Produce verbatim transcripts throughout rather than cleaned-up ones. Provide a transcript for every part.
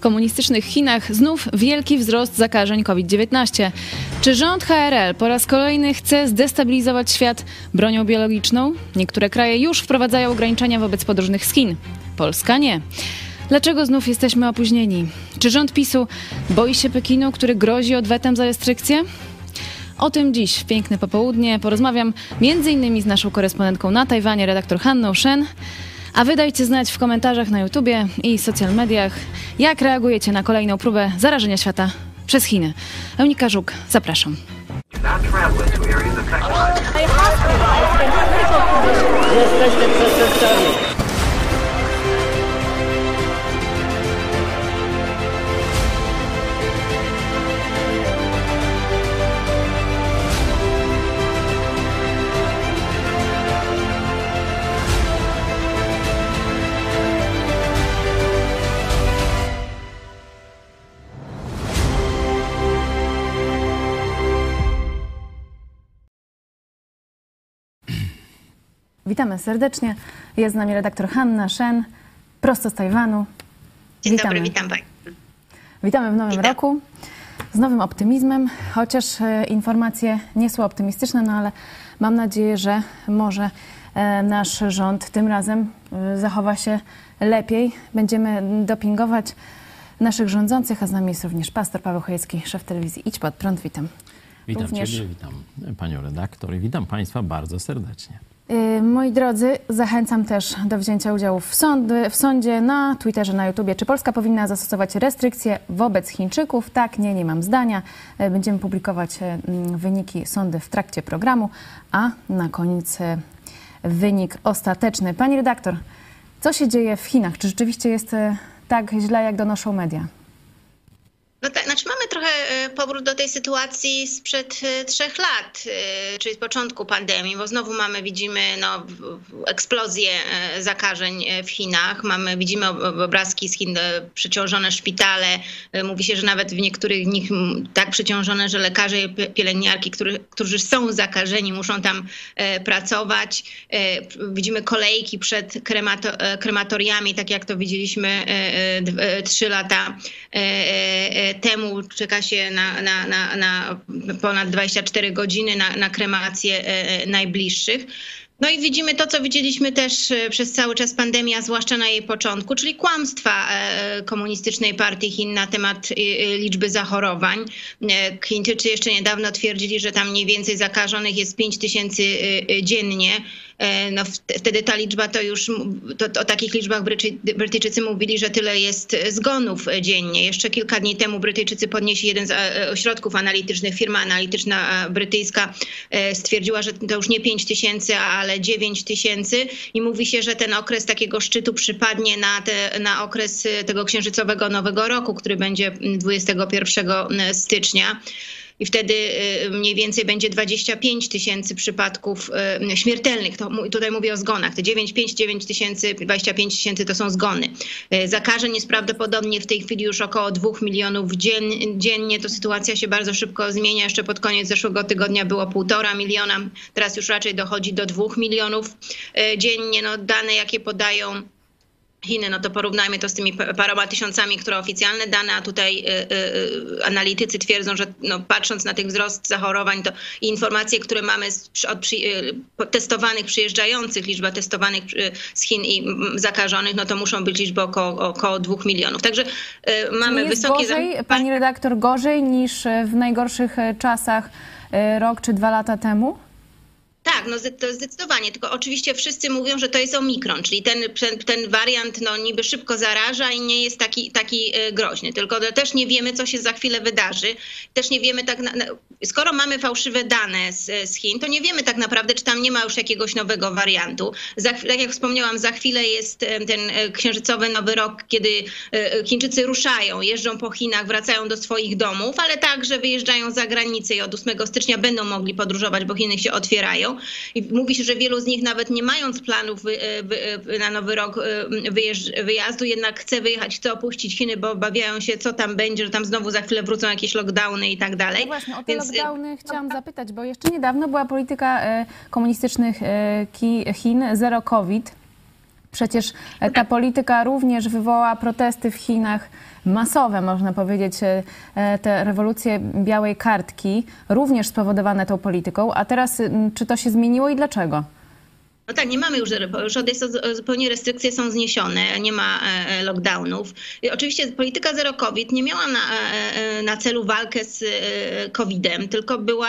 komunistycznych Chinach znów wielki wzrost zakażeń COVID dziewiętnaście. Czy rząd H R L po raz kolejny chce zdestabilizować świat bronią biologiczną? Niektóre kraje już wprowadzają ograniczenia wobec podróżnych z Chin. Polska nie. Dlaczego znów jesteśmy opóźnieni? Czy rząd PiSu boi się Pekinu, który grozi odwetem za restrykcje? O tym dziś w piękne popołudnie porozmawiam między innymi z naszą korespondentką na Tajwanie, redaktor Hanną Shen. A wy dajcie znać w komentarzach na YouTubie i social mediach, jak reagujecie na kolejną próbę zarażenia świata przez Chiny. Eunika Żuk, zapraszam. Jesteśmy przestępcami. Witamy serdecznie. Jest z nami redaktor Hanna Shen, prosto z Tajwanu. Dzień Witamy. dobry, witam Państwa. Witamy w nowym Witam. roku z nowym optymizmem, chociaż e, informacje nie są optymistyczne, no ale mam nadzieję, że może e, nasz rząd tym razem e, zachowa się lepiej. Będziemy dopingować naszych rządzących, a z nami jest również pastor Paweł Chojecki, szef telewizji Idź Pod Prąd. Witam. Witam Również... Ciebie, witam Panią redaktor i witam Państwa bardzo serdecznie. Moi drodzy, zachęcam też do wzięcia udziału w, sądy, w sądzie, na Twitterze, na YouTubie. Czy Polska powinna zastosować restrykcje wobec Chińczyków? Tak, nie, nie mam zdania. Będziemy publikować wyniki sądy w trakcie programu, a na koniec wynik ostateczny. Pani redaktor, co się dzieje w Chinach? Czy rzeczywiście jest tak źle, jak donoszą media? No tak, znaczy mamy trochę powrót do tej sytuacji sprzed trzech lat, czyli z początku pandemii, bo znowu mamy, widzimy no, eksplozję zakażeń w Chinach. Mamy, widzimy obrazki z Chin, przeciążone szpitale. Mówi się, że nawet w niektórych z nich tak przeciążone, że lekarze i pielęgniarki, którzy, którzy są zakażeni, muszą tam pracować. Widzimy kolejki przed kremato, krematoriami, tak jak to widzieliśmy trzy lata temu. Czeka się na, na, na, na ponad dwadzieścia cztery godziny na, na kremację najbliższych. No i widzimy to, co widzieliśmy też przez cały czas pandemii, a zwłaszcza na jej początku, czyli kłamstwa komunistycznej partii Chin na temat liczby zachorowań. Chińczycy jeszcze niedawno twierdzili, że tam mniej więcej zakażonych jest pięć tysięcy dziennie. No wtedy ta liczba to już, to, o takich liczbach Brytyjczycy mówili, że tyle jest zgonów dziennie. Jeszcze kilka dni temu Brytyjczycy podnieśli jeden z ośrodków analitycznych, firma analityczna brytyjska stwierdziła, że to już nie pięć tysięcy, ale dziewięć tysięcy i mówi się, że ten okres takiego szczytu przypadnie na, te, na okres tego księżycowego Nowego Roku, który będzie dwudziestego pierwszego stycznia. I wtedy mniej więcej będzie dwadzieścia pięć tysięcy przypadków śmiertelnych. To tutaj mówię o zgonach. Te dziewięć, pięć, dziewięć tysięcy, dwadzieścia pięć tysięcy to są zgony. Zakażeń jest prawdopodobnie w tej chwili już około dwóch milionów dziennie. To sytuacja się bardzo szybko zmienia. Jeszcze pod koniec zeszłego tygodnia było półtora miliona. Teraz już raczej dochodzi do dwóch milionów dziennie. No, dane, jakie podają Chiny, no to porównajmy to z tymi paroma tysiącami, które oficjalne dane, a tutaj y, y, analitycy twierdzą, że no, patrząc na ten wzrost zachorowań, to i informacje, które mamy z, od przy, y, testowanych, przyjeżdżających, liczba testowanych y, z Chin i y, zakażonych, no to muszą być liczby około, około dwóch milionów. Także y, mamy jest wysokie... Gorzej, pani redaktor, gorzej niż w najgorszych czasach y, rok czy dwa lata temu? Tak, no to zdecydowanie, tylko oczywiście wszyscy mówią, że to jest omikron, czyli ten, ten, ten wariant no niby szybko zaraża i nie jest taki, taki groźny, tylko też nie wiemy, co się za chwilę wydarzy. Też nie wiemy tak, na, skoro mamy fałszywe dane z, z Chin, to nie wiemy tak naprawdę, czy tam nie ma już jakiegoś nowego wariantu. Za, tak jak wspomniałam, za chwilę jest ten księżycowy Nowy Rok, kiedy Chińczycy ruszają, jeżdżą po Chinach, wracają do swoich domów, ale także wyjeżdżają za granicę i od ósmego stycznia będą mogli podróżować, bo Chiny się otwierają. I mówi się, że wielu z nich nawet nie mając planów wy, wy, na Nowy Rok wyjazdu, jednak chce wyjechać, chce opuścić Chiny, bo obawiają się, co tam będzie, że tam znowu za chwilę wrócą jakieś lockdowny i tak dalej. No właśnie, o te Więc... lockdowny chciałam zapytać, bo jeszcze niedawno była polityka komunistycznych Chin zero COVID. Przecież ta polityka również wywołała protesty w Chinach, masowe, można powiedzieć, te rewolucje białej kartki, również spowodowane tą polityką. A teraz czy to się zmieniło i dlaczego? No tak, nie mamy już, już zupełnie restrykcje są zniesione, nie ma lockdownów. I oczywiście polityka zero COVID nie miała na, na celu walkę z kowidem, tylko była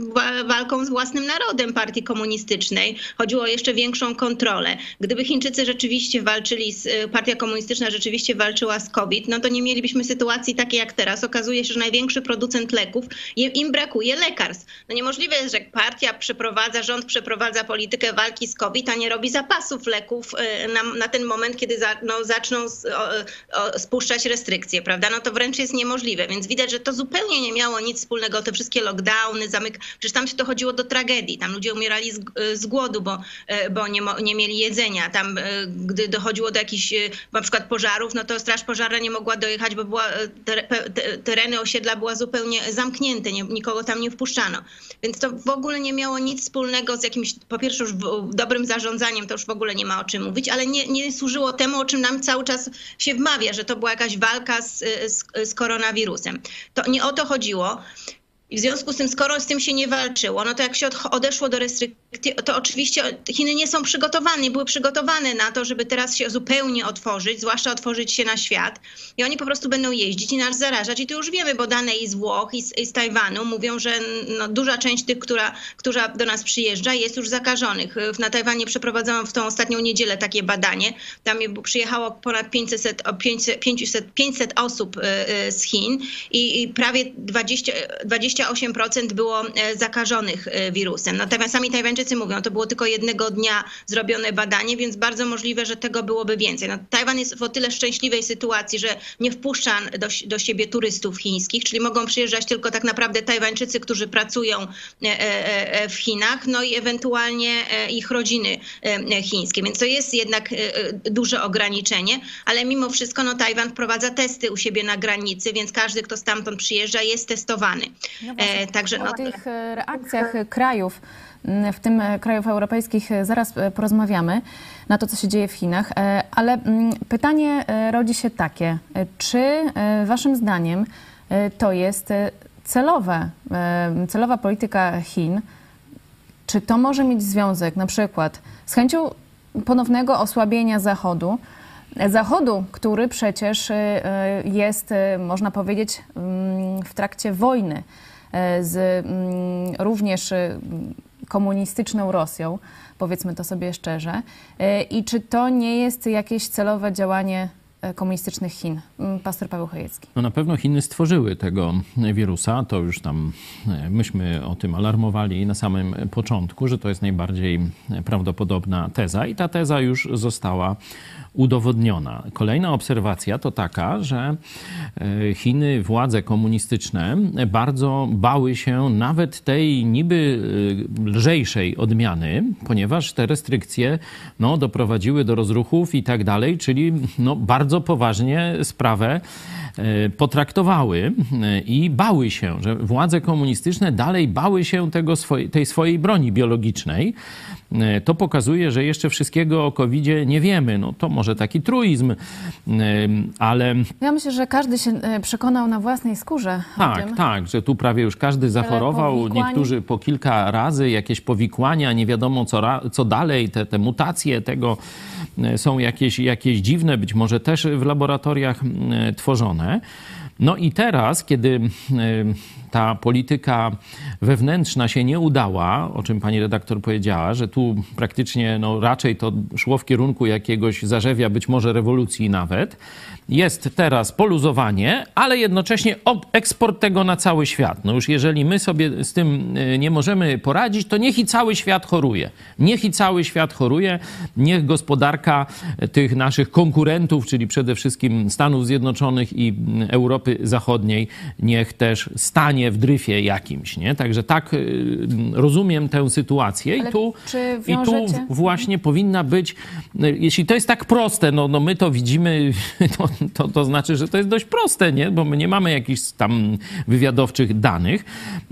walką z własnym narodem partii komunistycznej. Chodziło o jeszcze większą kontrolę. Gdyby Chińczycy rzeczywiście walczyli, z, partia komunistyczna rzeczywiście walczyła z COVID, no to nie mielibyśmy sytuacji takiej jak teraz. Okazuje się, że największy producent leków, im brakuje lekarstw. No niemożliwe jest, że partia przeprowadza, rząd przeprowadza politykę walki z COVID, a nie robi zapasów leków na, na ten moment, kiedy za, no, zaczną z, o, o, spuszczać restrykcje, prawda? No to wręcz jest niemożliwe, więc widać, że to zupełnie nie miało nic wspólnego, te wszystkie lockdowny, zamyk... Przecież tam się dochodziło do tragedii, tam ludzie umierali z, z głodu, bo, bo nie, nie mieli jedzenia. Tam, gdy dochodziło do jakichś na przykład pożarów, no to straż pożarna nie mogła dojechać, bo była, te, te, tereny osiedla była zupełnie zamknięte, nie, nikogo tam nie wpuszczano. Więc to w ogóle nie miało nic wspólnego z jakimś, po pierwsze już w, dobrym zarządzaniem, to już w ogóle nie ma o czym mówić, ale nie, nie służyło temu, o czym nam cały czas się wmawia, że to była jakaś walka z, z, z koronawirusem. To nie o to chodziło. I w związku z tym, skoro z tym się nie walczyło, no to jak się odeszło do restrykcji, to oczywiście Chiny nie są przygotowane, nie były przygotowane na to, żeby teraz się zupełnie otworzyć, zwłaszcza otworzyć się na świat. I oni po prostu będą jeździć i nas zarażać. I to już wiemy, bo dane i z Włoch, i z, i z Tajwanu mówią, że no, duża część tych, która, która do nas przyjeżdża, jest już zakażonych. Na Tajwanie przeprowadzałam w tą ostatnią niedzielę takie badanie. Tam przyjechało ponad pięćset, pięćset, pięćset osób z Chin i, i prawie dwadzieścia, dwadzieścia osiem procent było zakażonych wirusem. Natomiast sami Tajwańczycy mówią, to było tylko jednego dnia zrobione badanie, więc bardzo możliwe, że tego byłoby więcej. No, Tajwan jest w o tyle szczęśliwej sytuacji, że nie wpuszcza do, do siebie turystów chińskich, czyli mogą przyjeżdżać tylko tak naprawdę Tajwańczycy, którzy pracują w Chinach, no i ewentualnie ich rodziny chińskie. Więc to jest jednak duże ograniczenie, ale mimo wszystko no, Tajwan wprowadza testy u siebie na granicy, więc każdy, kto stamtąd przyjeżdża, jest testowany. No właśnie, Także, no, o tych reakcjach krajów, w tym krajów europejskich, zaraz porozmawiamy na to, co się dzieje w Chinach, ale pytanie rodzi się takie, czy waszym zdaniem to jest celowe, celowa polityka Chin, czy to może mieć związek na przykład z chęcią ponownego osłabienia Zachodu, Zachodu, który przecież jest, można powiedzieć, w trakcie wojny z również komunistyczną Rosją, powiedzmy to sobie szczerze. I czy to nie jest jakieś celowe działanie komunistycznych Chin? Pastor Paweł Chojecki. No na pewno Chiny stworzyły tego wirusa. To już tam myśmy o tym alarmowali na samym początku, że to jest najbardziej prawdopodobna teza i ta teza już została udowodniona. Kolejna obserwacja to taka, że Chiny, władze komunistyczne bardzo bały się nawet tej niby lżejszej odmiany, ponieważ te restrykcje no, doprowadziły do rozruchów i tak dalej, czyli no, bardzo poważnie sprawę potraktowały i bały się, że władze komunistyczne dalej bały się tego swojej, tej swojej broni biologicznej. To pokazuje, że jeszcze wszystkiego o kowidzie nie wiemy. No to może taki truizm, ale... Ja myślę, że każdy się przekonał na własnej skórze Tak, o tym. tak, że tu prawie już każdy zachorował, powikłań... niektórzy po kilka razy, jakieś powikłania, nie wiadomo co, co dalej, te, te mutacje tego są jakieś, jakieś dziwne, być może też w laboratoriach tworzone. No i teraz, kiedy ta polityka wewnętrzna się nie udała, o czym pani redaktor powiedziała, że tu praktycznie no, raczej to szło w kierunku jakiegoś zarzewia, być może rewolucji nawet, jest teraz poluzowanie, ale jednocześnie eksport tego na cały świat. No już jeżeli my sobie z tym nie możemy poradzić, to niech i cały świat choruje. Niech i cały świat choruje, niech gospodarka tych naszych konkurentów, czyli przede wszystkim Stanów Zjednoczonych i Europy Zachodniej, niech też stanie w dryfie jakimś, nie? Także tak rozumiem tę sytuację i tu, i tu właśnie powinna być, jeśli to jest tak proste, no, no my to widzimy, to, to, to znaczy, że to jest dość proste, nie? Bo my nie mamy jakichś tam wywiadowczych danych,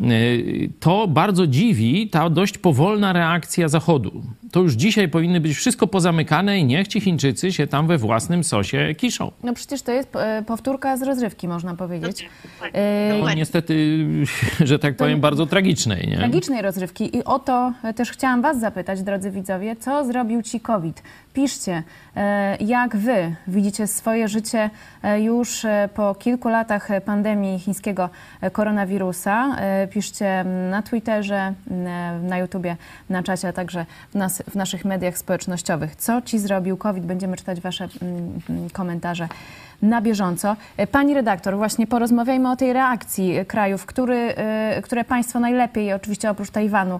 to bardzo dziwi ta dość powolna reakcja Zachodu. To już dzisiaj powinny być wszystko pozamykane i niech ci Chińczycy się tam we własnym sosie kiszą. No przecież to jest powtórka z rozrywki, można powiedzieć. No, niestety, że tak powiem, bardzo tragicznej. Nie? Tragicznej rozrywki. I o to też chciałam was zapytać, drodzy widzowie, co zrobił ci COVID? Piszcie, jak wy widzicie swoje życie już po kilku latach pandemii chińskiego koronawirusa. Piszcie na Twitterze, na YouTubie, na czacie, a także w, nas, w naszych mediach społecznościowych. Co ci zrobił COVID? Będziemy czytać wasze komentarze na bieżąco. Pani redaktor, właśnie porozmawiajmy o tej reakcji krajów, który, które państwo najlepiej, oczywiście oprócz Tajwanu,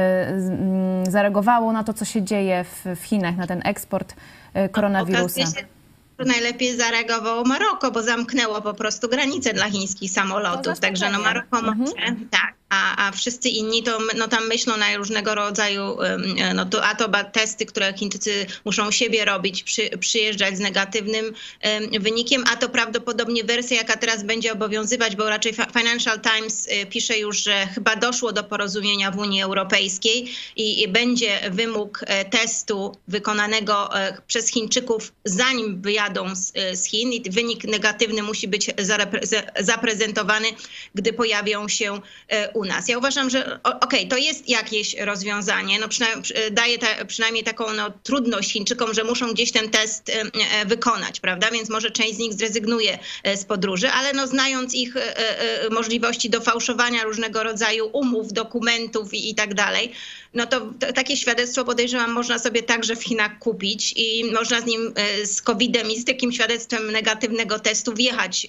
zareagowało na to, co się dzieje w, w Chinach, na ten eksport koronawirusa. Najlepiej zareagowało Maroko, bo zamknęło po prostu granice dla chińskich samolotów. Także no Maroko może, mhm. tak, a, a wszyscy inni to no, tam myślą na różnego rodzaju, no to, a to testy, które Chińczycy muszą siebie robić, przy, przyjeżdżać z negatywnym um, wynikiem, a to prawdopodobnie wersja, jaka teraz będzie obowiązywać, bo raczej Financial Times pisze już, że chyba doszło do porozumienia w Unii Europejskiej i, i będzie wymóg testu wykonanego przez Chińczyków, zanim wyjadą Z, z Chin i wynik negatywny musi być zaprezentowany, gdy pojawią się u nas. Ja uważam, że okej, okay, to jest jakieś rozwiązanie, no przynajmniej, daje ta, przynajmniej taką no, trudność Chińczykom, że muszą gdzieś ten test wykonać, prawda? Więc może część z nich zrezygnuje z podróży, ale no, znając ich możliwości do fałszowania różnego rodzaju umów, dokumentów i, i tak dalej, no to, to takie świadectwo podejrzewam można sobie także w Chinach kupić i można z nim, z kowidem i z takim świadectwem negatywnego testu wjechać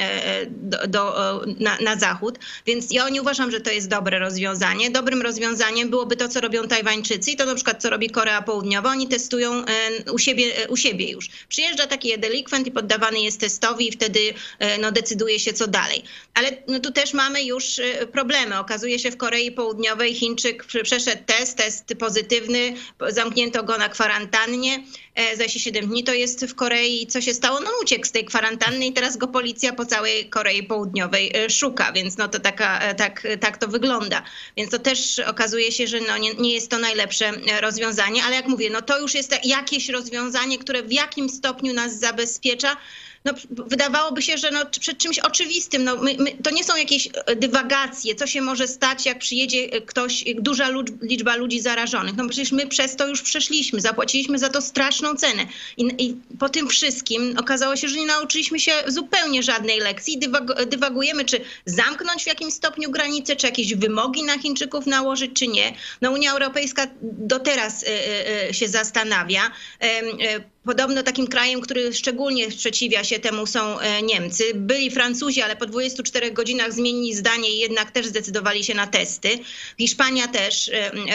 do, do, na, na zachód. Więc ja nie uważam, że to jest dobre rozwiązanie. Dobrym rozwiązaniem byłoby to, co robią Tajwańczycy i to na przykład, co robi Korea Południowa. Oni testują u siebie, u siebie już. Przyjeżdża taki delikwent i poddawany jest testowi i wtedy no, decyduje się, co dalej. Ale no, tu też mamy już problemy. Okazuje się, w Korei Południowej Chińczyk przeszedł test, test pozytywny, zamknięto go na kwarantannie. Za siedem dni to jest w Korei. Co się stało? No uciekł z tej kwarantanny i teraz go policja po całej Korei Południowej szuka, więc no to taka, tak, tak to wygląda. Więc to też okazuje się, że no nie, nie jest to najlepsze rozwiązanie, ale jak mówię, no to już jest jakieś rozwiązanie, które w jakimś stopniu nas zabezpiecza. No, wydawałoby się, że no, przed czymś oczywistym, no, my, my, to nie są jakieś dywagacje, co się może stać, jak przyjedzie ktoś, duża liczba ludzi zarażonych. No przecież my przez to już przeszliśmy, zapłaciliśmy za to straszną cenę. I, i po tym wszystkim okazało się, że nie nauczyliśmy się zupełnie żadnej lekcji. Dywag, dywagujemy, czy zamknąć w jakimś stopniu granice, czy jakieś wymogi na Chińczyków nałożyć, czy nie. No, Unia Europejska do teraz y, y, się zastanawia. Y, y, Podobno takim krajem, który szczególnie sprzeciwia się temu, są Niemcy. Byli Francuzi, ale po dwudziestu czterech godzinach zmienili zdanie i jednak też zdecydowali się na testy. Hiszpania też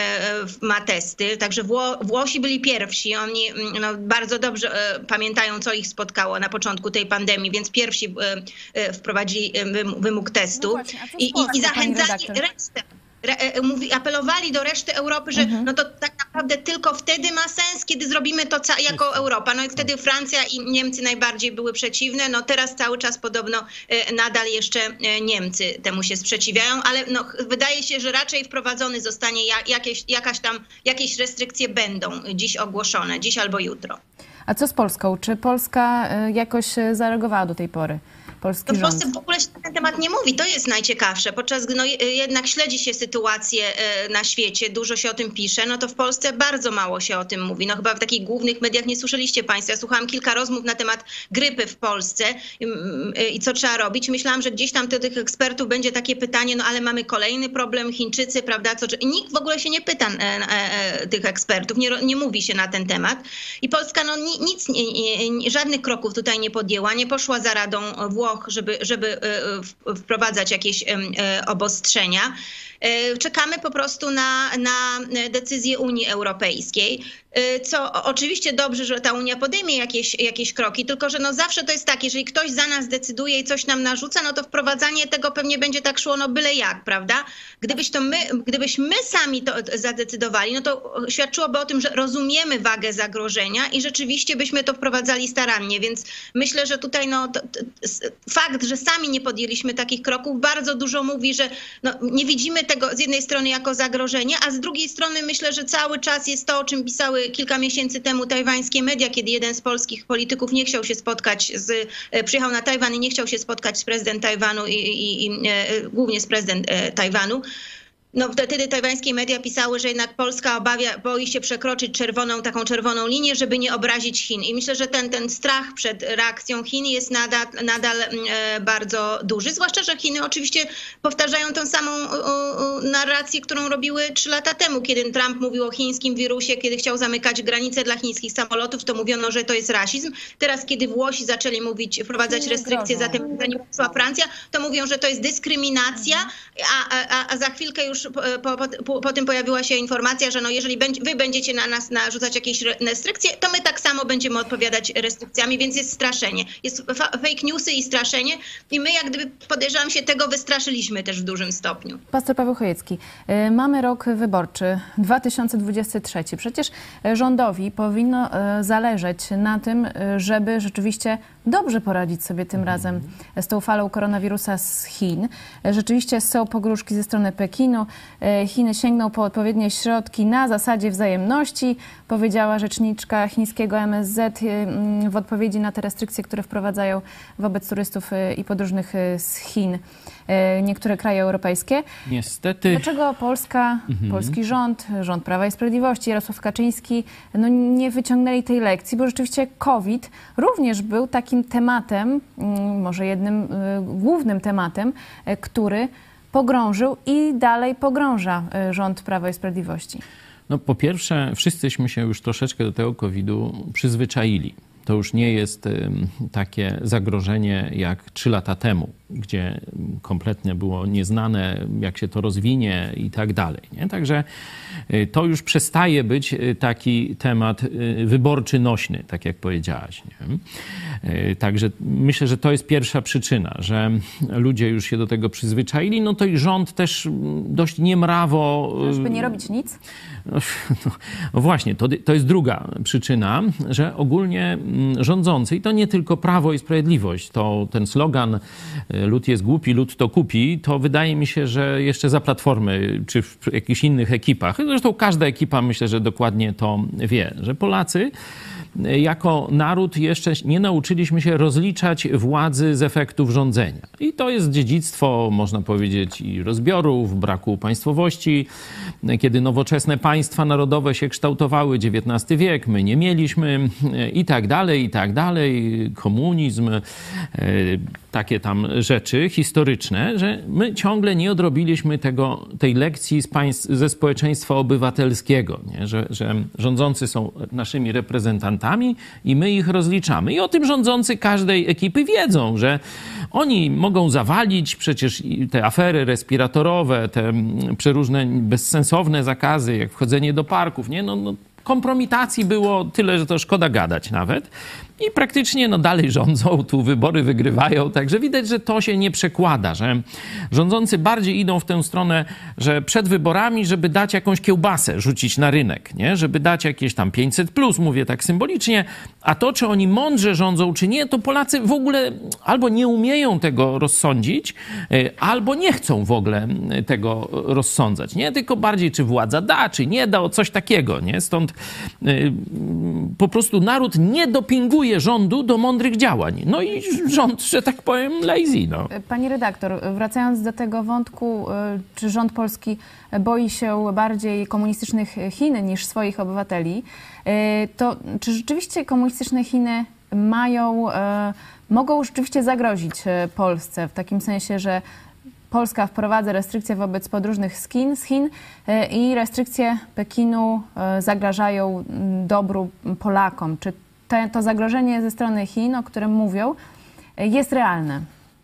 ma testy, także Wło Włosi byli pierwsi. Oni no, bardzo dobrze pamiętają, co ich spotkało na początku tej pandemii, więc pierwsi wprowadzili wymóg testu. No właśnie, I, i, i zachęcali resztę. Mówi, apelowali do reszty Europy, że mhm. no to tak naprawdę tylko wtedy ma sens, kiedy zrobimy to jako Europa. No i wtedy Francja i Niemcy najbardziej były przeciwne. No teraz cały czas podobno nadal jeszcze Niemcy temu się sprzeciwiają, ale no, wydaje się, że raczej wprowadzony zostanie jakieś, jakaś tam, jakieś restrykcje będą dziś ogłoszone, dziś albo jutro. A co z Polską? Czy Polska jakoś zareagowała do tej pory? Polski w Polsce w ogóle się na ten temat nie mówi, to jest najciekawsze. Podczas gdy no, jednak śledzi się sytuację na świecie, dużo się o tym pisze, no to w Polsce bardzo mało się o tym mówi. No chyba w takich głównych mediach nie słyszeliście państwo. Ja słuchałam kilka rozmów na temat grypy w Polsce i co trzeba robić. Myślałam, że gdzieś tam do tych ekspertów będzie takie pytanie, no ale mamy kolejny problem, Chińczycy, prawda? Co, i nikt w ogóle się nie pyta tych ekspertów, nie, nie mówi się na ten temat. I Polska no nic, nie, nie, żadnych kroków tutaj nie podjęła, nie poszła za radą Włoch, żeby, żeby wprowadzać jakieś obostrzenia. Czekamy po prostu na, na decyzję Unii Europejskiej. Co oczywiście dobrze, że ta Unia podejmie jakieś, jakieś kroki, tylko że no zawsze to jest tak, jeżeli ktoś za nas decyduje i coś nam narzuca, no to wprowadzanie tego pewnie będzie tak szło no byle jak, prawda? Gdybyś to my, gdybyśmy my sami to zadecydowali, no to świadczyłoby o tym, że rozumiemy wagę zagrożenia i rzeczywiście byśmy to wprowadzali starannie, więc myślę, że tutaj no to, to, fakt, że sami nie podjęliśmy takich kroków bardzo dużo mówi, że no, nie widzimy tego z jednej strony jako zagrożenie, a z drugiej strony myślę, że cały czas jest to, o czym pisały kilka miesięcy temu tajwańskie media, kiedy jeden z polskich polityków nie chciał się spotkać z, przyjechał na Tajwan i nie chciał się spotkać z prezydent Tajwanu i, i, i głównie z prezydent Tajwanu. No wtedy tajwańskie media pisały, że jednak Polska obawia, boi się przekroczyć czerwoną, taką czerwoną linię, żeby nie obrazić Chin. I myślę, że ten, ten strach przed reakcją Chin jest nadal, nadal e, bardzo duży. Zwłaszcza, że Chiny oczywiście powtarzają tą samą o, o, narrację, którą robiły trzy lata temu, kiedy Trump mówił o chińskim wirusie, kiedy chciał zamykać granice dla chińskich samolotów, to mówiono, że to jest rasizm. Teraz, kiedy Włosi zaczęli mówić, wprowadzać restrykcje, zatem zanim przyszła Francja, to mówią, że to jest dyskryminacja, a, a, a za chwilkę już Po, po, po tym pojawiła się informacja, że no jeżeli wy będziecie na nas narzucać jakieś restrykcje, to my tak samo będziemy odpowiadać restrykcjami, więc jest straszenie. Jest fake newsy i straszenie i my jak gdyby, podejrzewam się, tego wystraszyliśmy też w dużym stopniu. Pastor Paweł Chojecki, mamy rok wyborczy, dwa tysiące dwudziesty trzeci. Przecież rządowi powinno zależeć na tym, żeby rzeczywiście dobrze poradzić sobie tym razem z tą falą koronawirusa z Chin. Rzeczywiście są pogróżki ze strony Pekinu. Chiny sięgną po odpowiednie środki na zasadzie wzajemności, powiedziała rzeczniczka chińskiego M S Z w odpowiedzi na te restrykcje, które wprowadzają wobec turystów i podróżnych z Chin niektóre kraje europejskie. Niestety. Dlaczego Polska, mhm. polski rząd, rząd Prawa i Sprawiedliwości, Jarosław Kaczyński no nie wyciągnęli tej lekcji, bo rzeczywiście COVID również był takim tematem, może jednym głównym tematem, który pogrążył i dalej pogrąża rząd Prawa i Sprawiedliwości? No po pierwsze, wszyscyśmy się już troszeczkę do tego kowida przyzwyczaili. To już nie jest takie zagrożenie jak trzy lata temu, gdzie kompletnie było nieznane, jak się to rozwinie i tak dalej. Nie? Także to już przestaje być taki temat wyborczy nośny, tak jak powiedziałaś. Nie? Także myślę, że to jest pierwsza przyczyna, że ludzie już się do tego przyzwyczaili. No to i rząd też dość niemrawo... Żeby nie robić nic? No, no właśnie, to, to jest druga przyczyna, że ogólnie rządzący, i to nie tylko Prawo i Sprawiedliwość, to ten slogan lud jest głupi, lud to kupi, to wydaje mi się, że jeszcze za Platformy, czy w jakichś innych ekipach, zresztą każda ekipa myślę, że dokładnie to wie, że Polacy jako naród jeszcze nie nauczyliśmy się rozliczać władzy z efektów rządzenia. I to jest dziedzictwo, można powiedzieć, i rozbiorów, braku państwowości, kiedy nowoczesne państwa narodowe się kształtowały, dziewiętnasty wiek, my nie mieliśmy i tak dalej, i tak dalej, komunizm, takie tam rzeczy historyczne, że my ciągle nie odrobiliśmy tego, tej lekcji z państw, ze społeczeństwa obywatelskiego, nie? Że, że rządzący są naszymi reprezentantami i my ich rozliczamy. I o tym rządzący każdej ekipy wiedzą, że oni mogą zawalić przecież te afery respiratorowe, te przeróżne bezsensowne zakazy, jak wchodzenie do parków, nie? No, no, kompromitacji było tyle, że to szkoda gadać nawet. I praktycznie no, dalej rządzą, tu wybory wygrywają, także widać, że to się nie przekłada, że rządzący bardziej idą w tę stronę, że przed wyborami, żeby dać jakąś kiełbasę rzucić na rynek, nie? Żeby dać jakieś tam pięćset plus, mówię tak symbolicznie, a to, czy oni mądrze rządzą, czy nie, to Polacy w ogóle albo nie umieją tego rozsądzić, albo nie chcą w ogóle tego rozsądzać, nie? Tylko bardziej, czy władza da, czy nie da, o coś takiego, nie? Stąd y, po prostu naród nie dopinguje rządu do mądrych działań. No i rząd, że tak powiem, lazy. No. Pani redaktor, wracając do tego wątku, czy rząd polski boi się bardziej komunistycznych Chin niż swoich obywateli, to czy rzeczywiście komunistyczne Chiny mają, mogą rzeczywiście zagrozić Polsce w takim sensie, że Polska wprowadza restrykcje wobec podróżnych z Chin, z Chin i restrykcje Pekinu zagrażają dobru Polakom? Czy te, to zagrożenie ze strony Chin, o którym mówią, jest realne?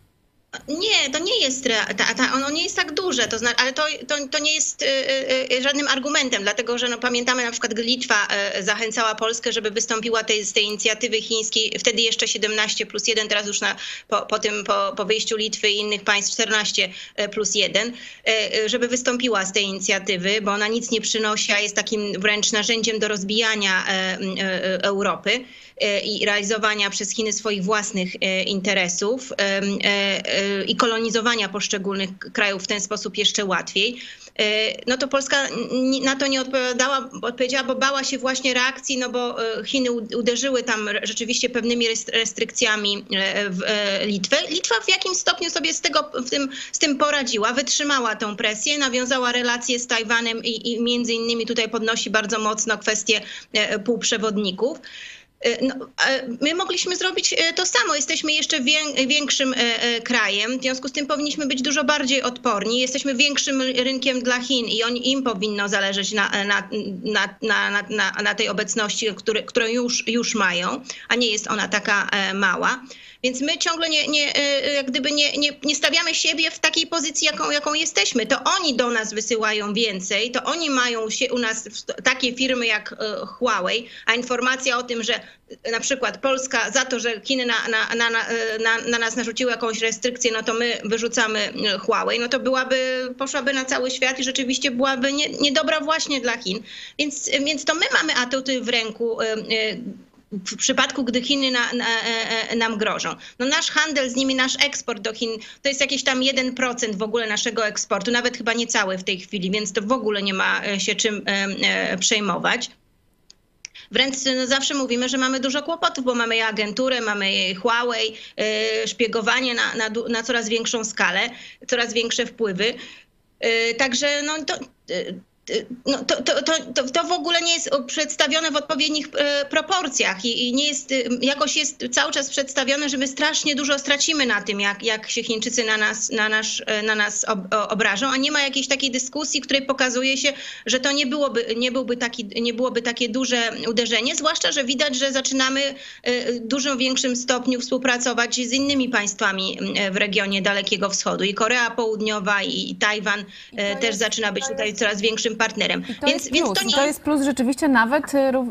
Nie, to nie jest, ta, ta, ono nie jest tak duże, to znaczy, ale to, to, to nie jest y, y, żadnym argumentem, dlatego że no, pamiętamy na przykład, gdy Litwa y, zachęcała Polskę, żeby wystąpiła tej, z tej inicjatywy chińskiej, wtedy jeszcze siedemnaście plus jeden, teraz już na, po, po, tym, po, po wyjściu Litwy i innych państw czternaście plus jeden, y, żeby wystąpiła z tej inicjatywy, bo ona nic nie przynosi, a jest takim wręcz narzędziem do rozbijania y, y, Europy i realizowania przez Chiny swoich własnych interesów i kolonizowania poszczególnych krajów w ten sposób jeszcze łatwiej, no to Polska na to nie odpowiadała, odpowiedziała, bo bała się właśnie reakcji, no bo Chiny uderzyły tam rzeczywiście pewnymi restrykcjami w Litwę. Litwa w jakimś stopniu sobie z, tego, w tym, z tym poradziła, wytrzymała tą presję, nawiązała relacje z Tajwanem i, i między innymi tutaj podnosi bardzo mocno kwestię półprzewodników. No, my mogliśmy zrobić to samo. Jesteśmy jeszcze większym krajem, w związku z tym powinniśmy być dużo bardziej odporni. Jesteśmy większym rynkiem dla Chin i oni, im powinno zależeć na, na, na, na, na, na tej obecności, który, którą już, już mają, a nie jest ona taka mała. Więc my ciągle nie, nie, jak gdyby nie, nie, nie stawiamy siebie w takiej pozycji, jaką, jaką jesteśmy. To oni do nas wysyłają więcej, to oni mają się u nas takie firmy jak Huawei, a informacja o tym, że na przykład Polska za to, że Chiny na, na, na, na, na nas narzuciły jakąś restrykcję, no to my wyrzucamy Huawei, no to byłaby, poszłaby na cały świat i rzeczywiście byłaby nie, niedobra właśnie dla Chin. Więc, więc to my mamy atuty w ręku w przypadku, gdy Chiny na, na, nam grożą. No nasz handel z nimi, nasz eksport do Chin, to jest jakieś tam jeden procent w ogóle naszego eksportu, nawet chyba niecały w tej chwili, więc to w ogóle nie ma się czym przejmować. Wręcz no, zawsze mówimy, że mamy dużo kłopotów, bo mamy agenturę, mamy Huawei, szpiegowanie na, na, na coraz większą skalę, coraz większe wpływy. Także no to... No to, to, to, to w ogóle nie jest przedstawione w odpowiednich proporcjach i, i nie jest, jakoś jest cały czas przedstawione, że my strasznie dużo stracimy na tym, jak, jak się Chińczycy na nas, na nasz, na nas ob, obrażą, a nie ma jakiejś takiej dyskusji, w której pokazuje się, że to nie byłoby, nie byłby taki, nie byłoby takie duże uderzenie, zwłaszcza, że widać, że zaczynamy w dużo większym stopniu współpracować z innymi państwami w regionie Dalekiego Wschodu. I Korea Południowa, i Tajwan I też jest, zaczyna być tutaj jest... coraz większym partnerem. I to więc, jest więc plus. to nie I to jest plus rzeczywiście nawet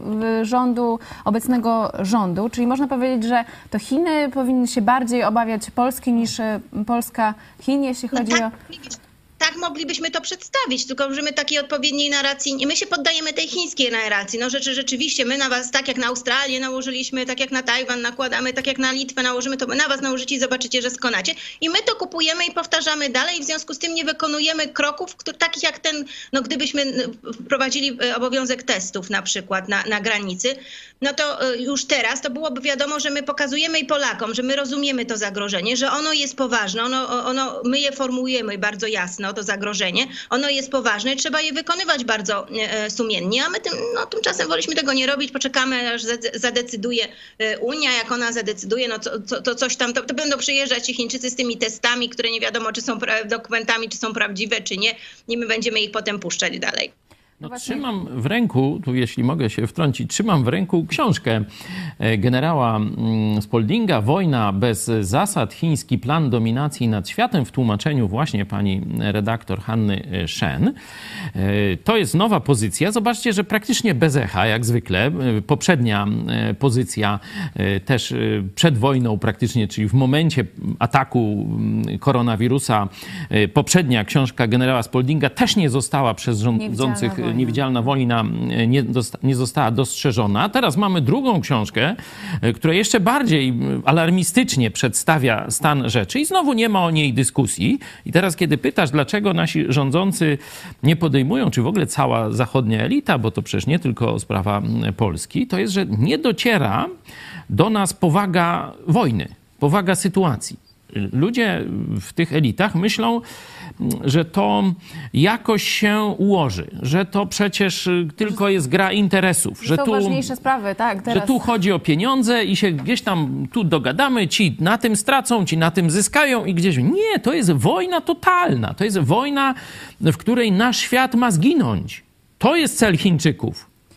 rządu, obecnego rządu, czyli można powiedzieć, że to Chiny powinny się bardziej obawiać Polski niż Polska Chin, jeśli chodzi no tak, o... Tak moglibyśmy to przedstawić, tylko że my takiej odpowiedniej narracji, my się poddajemy tej chińskiej narracji. No rzeczy, rzeczywiście my na was, tak jak na Australię nałożyliśmy, tak jak na Tajwan nakładamy, tak jak na Litwę nałożymy, to my na was nałożycie i zobaczycie, że skonacie. I my to kupujemy i powtarzamy dalej i w związku z tym nie wykonujemy kroków, który, takich jak ten, no gdybyśmy wprowadzili obowiązek testów na przykład na, na granicy, no to już teraz to byłoby wiadomo, że my pokazujemy i Polakom, że my rozumiemy to zagrożenie, że ono jest poważne, ono, ono, my je formułujemy bardzo jasno, to zagrożenie, ono jest poważne i trzeba je wykonywać bardzo e, sumiennie, a my tym, no, tymczasem woleliśmy tego nie robić, poczekamy, aż zadecyduje Unia, jak ona zadecyduje, no to, to, to coś tam, to, to będą przyjeżdżać ci Chińczycy z tymi testami, które nie wiadomo, czy są dokumentami, czy są prawdziwe, czy nie, i my będziemy ich potem puszczać dalej. No, trzymam w ręku, tu jeśli mogę się wtrącić, trzymam w ręku książkę generała Spoldinga Wojna bez zasad. Chiński plan dominacji nad światem w tłumaczeniu właśnie pani redaktor Hanny Shen. To jest nowa pozycja. Zobaczcie, że praktycznie bez echa, jak zwykle. Poprzednia pozycja też przed wojną praktycznie, czyli w momencie ataku koronawirusa, poprzednia książka generała Spoldinga też nie została przez rządzących Niewidzialna wojna nie, nie została dostrzeżona. Teraz mamy drugą książkę, która jeszcze bardziej alarmistycznie przedstawia stan rzeczy i znowu nie ma o niej dyskusji. I teraz, kiedy pytasz, dlaczego nasi rządzący nie podejmują, czy w ogóle cała zachodnia elita, bo to przecież nie tylko sprawa Polski, to jest, że nie dociera do nas powaga wojny, powaga sytuacji. Ludzie w tych elitach myślą, że to jakoś się ułoży, że to przecież tylko jest gra interesów. Że są tu, ważniejsze sprawy, tak. Teraz... Że tu chodzi o pieniądze i się gdzieś tam tu dogadamy, ci na tym stracą, ci na tym zyskają i gdzieś... Nie, to jest wojna totalna. To jest wojna, w której nasz świat ma zginąć. To jest cel Chińczyków.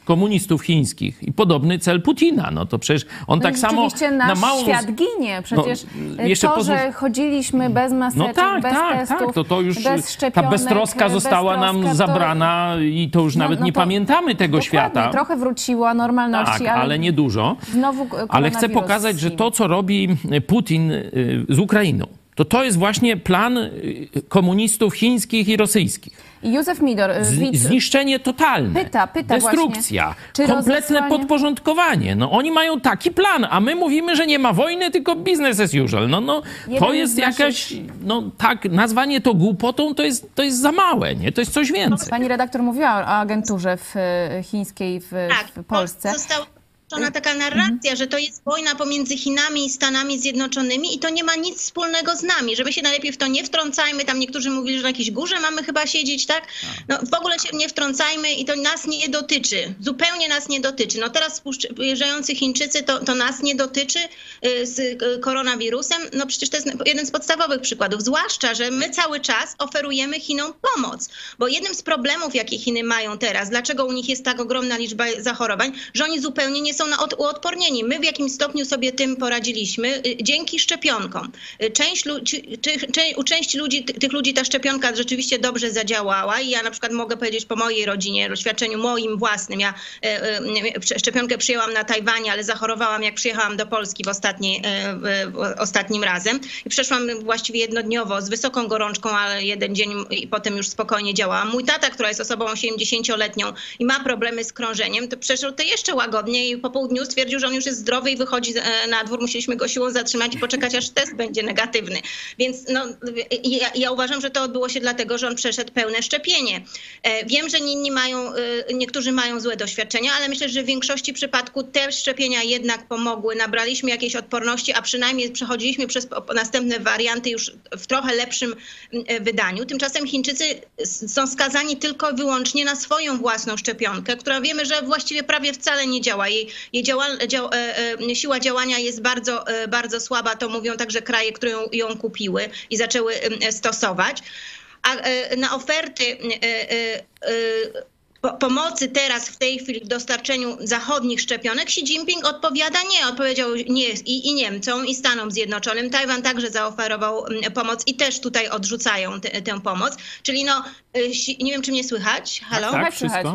komunistów chińskich i podobny cel Putina. No to przecież on No tak i samo rzeczywiście na nasz małą... świat ginie. Przecież No, jeszcze to, pozwól- że chodziliśmy bez maseczek, No tak, bez tak, testów, tak. To, to już bez szczepionek, ta beztroska została beztroska, nam to- zabrana i to już No- nawet no nie to- pamiętamy tego Dokładnie, świata. trochę wróciła normalności, Tak, ale, ale nie dużo. znowu Ale chcę pokazać, że to, co robi Putin y, z Ukrainą, to to jest właśnie plan y, komunistów chińskich i rosyjskich. I Józef Midor, Z, widz, zniszczenie totalne, Pyta, pyta destrukcja, właśnie, czy kompletne rozesłanie- podporządkowanie. No oni mają taki plan, a my mówimy, że nie ma wojny, tylko business as usual. No, no, to Jeden jest z naszych- jakaś, no tak, nazwanie to głupotą to jest, to jest za małe, nie? To jest coś więcej. pani redaktor mówiła o agenturze w, e, chińskiej w, Tak, w Polsce. Została stworzona taka narracja, że to jest wojna pomiędzy Chinami i Stanami Zjednoczonymi i to nie ma nic wspólnego z nami, że my się najlepiej w to nie wtrącajmy. Tam niektórzy mówili, że na jakiejś górze mamy chyba siedzieć, tak? No w ogóle się nie wtrącajmy i to nas nie dotyczy. Zupełnie nas nie dotyczy. No teraz wyjeżdżający Chińczycy to, to nas nie dotyczy y, z y, koronawirusem. No przecież to jest jeden z podstawowych przykładów. Zwłaszcza, że my cały czas oferujemy Chinom pomoc. Bo jednym z problemów, jakie Chiny mają teraz, dlaczego u nich jest tak ogromna liczba zachorowań, że oni zupełnie nie są na od, uodpornieni. My w jakimś stopniu sobie tym poradziliśmy y, dzięki szczepionkom. Y, Część, lu- czy, czy, czy, u części ludzi, ty, tych ludzi ta szczepionka rzeczywiście dobrze zadziałała i ja na przykład mogę powiedzieć po mojej rodzinie, doświadczeniu moim własnym. Ja y, y, szczepionkę przyjęłam na Tajwanie, ale zachorowałam jak przyjechałam do Polski w ostatniej, y, y, ostatnim razem i przeszłam właściwie jednodniowo z wysoką gorączką, ale jeden dzień i potem już spokojnie działałam. Mój tata, która jest osobą osiemdziesięcioletnią i ma problemy z krążeniem, to przeszło to jeszcze łagodniej i po południu stwierdził, że on już jest zdrowy i wychodzi na dwór. Musieliśmy go siłą zatrzymać i poczekać, aż test będzie negatywny. Więc no, ja, ja uważam, że to odbyło się dlatego, że on przeszedł pełne szczepienie. Wiem, że inni mają, niektórzy mają złe doświadczenia, ale myślę, że w większości przypadków te szczepienia jednak pomogły. Nabraliśmy jakiejś odporności, a przynajmniej przechodziliśmy przez następne warianty już w trochę lepszym wydaniu. Tymczasem Chińczycy są skazani tylko i wyłącznie na swoją własną szczepionkę, która wiemy, że właściwie prawie wcale nie działa. Jej, jej działa, dział, e, siła działania jest bardzo, e, bardzo słaba. To mówią także kraje, które ją, ją kupiły i zaczęły e, stosować. A e, na oferty e, e, e, po, pomocy teraz w tej chwili w dostarczeniu zachodnich szczepionek Xi Jinping odpowiada nie. Odpowiedział nie i, i Niemcom, i Stanom Zjednoczonym. Tajwan także zaoferował pomoc i też tutaj odrzucają te, tę pomoc. Czyli no, nie wiem, czy mnie słychać. Halo? Tak, tak, wszystko.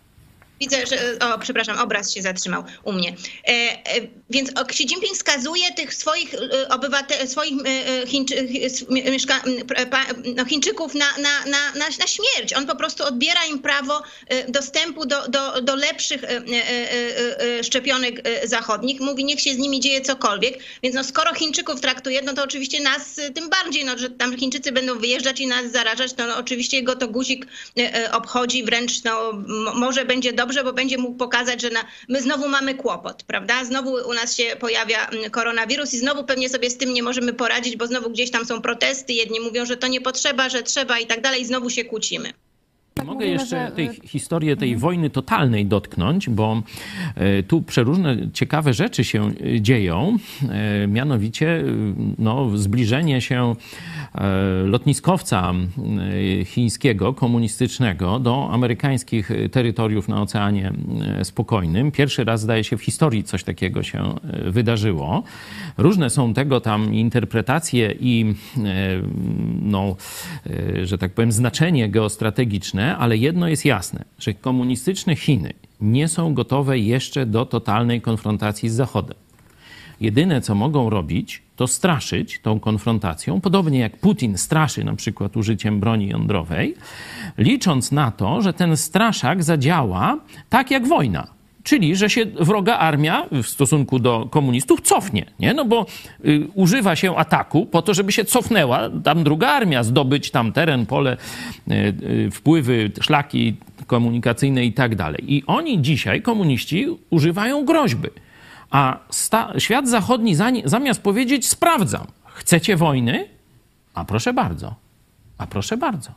Widzę, że, o, przepraszam, obraz się zatrzymał u mnie. E, e, więc Xi Jinping skazuje tych swoich obywateli, swoich e, Chińczy, mieszka, pa, no, Chińczyków na, na, na, na, na śmierć. On po prostu odbiera im prawo e, dostępu do, do, do lepszych e, e, e, szczepionek zachodnich. Mówi, niech się z nimi dzieje cokolwiek. Więc no, skoro Chińczyków traktuje, no to oczywiście nas tym bardziej, no, że tam Chińczycy będą wyjeżdżać i nas zarażać, no, no oczywiście go to guzik e, obchodzi, wręcz no, może będzie dobrze, bo będzie mógł pokazać, że na, my znowu mamy kłopot, prawda? Znowu u nas się pojawia koronawirus i znowu pewnie sobie z tym nie możemy poradzić, bo znowu gdzieś tam są protesty, jedni mówią, że to nie potrzeba, że trzeba i tak dalej i znowu się kłócimy. Mogę mówimy, jeszcze że- tej historię tej wojny totalnej dotknąć, bo e, tu przeróżne ciekawe rzeczy się e, dzieją. E, Mianowicie e, no, zbliżenie się e, lotniskowca e, chińskiego, komunistycznego do amerykańskich terytoriów na Oceanie e, Spokojnym. Pierwszy raz, zdaje się, w historii coś takiego się e, wydarzyło. Różne są tego tam interpretacje i e, no, e, że tak powiem, znaczenie geostrategiczne, ale jedno jest jasne, że komunistyczne Chiny nie są gotowe jeszcze do totalnej konfrontacji z Zachodem. Jedyne, co mogą robić, to straszyć tą konfrontacją, podobnie jak Putin straszy na przykład użyciem broni jądrowej, licząc na to, że ten straszak zadziała tak jak wojna. Czyli, że się wroga armia w stosunku do komunistów cofnie, nie? No bo y, używa się ataku po to, żeby się cofnęła tam druga armia, zdobyć tam teren, pole, y, y, wpływy, szlaki komunikacyjne i tak dalej. I oni dzisiaj, komuniści, używają groźby. A sta- świat zachodni za- zamiast powiedzieć sprawdzam, chcecie wojny? A proszę bardzo, a proszę bardzo.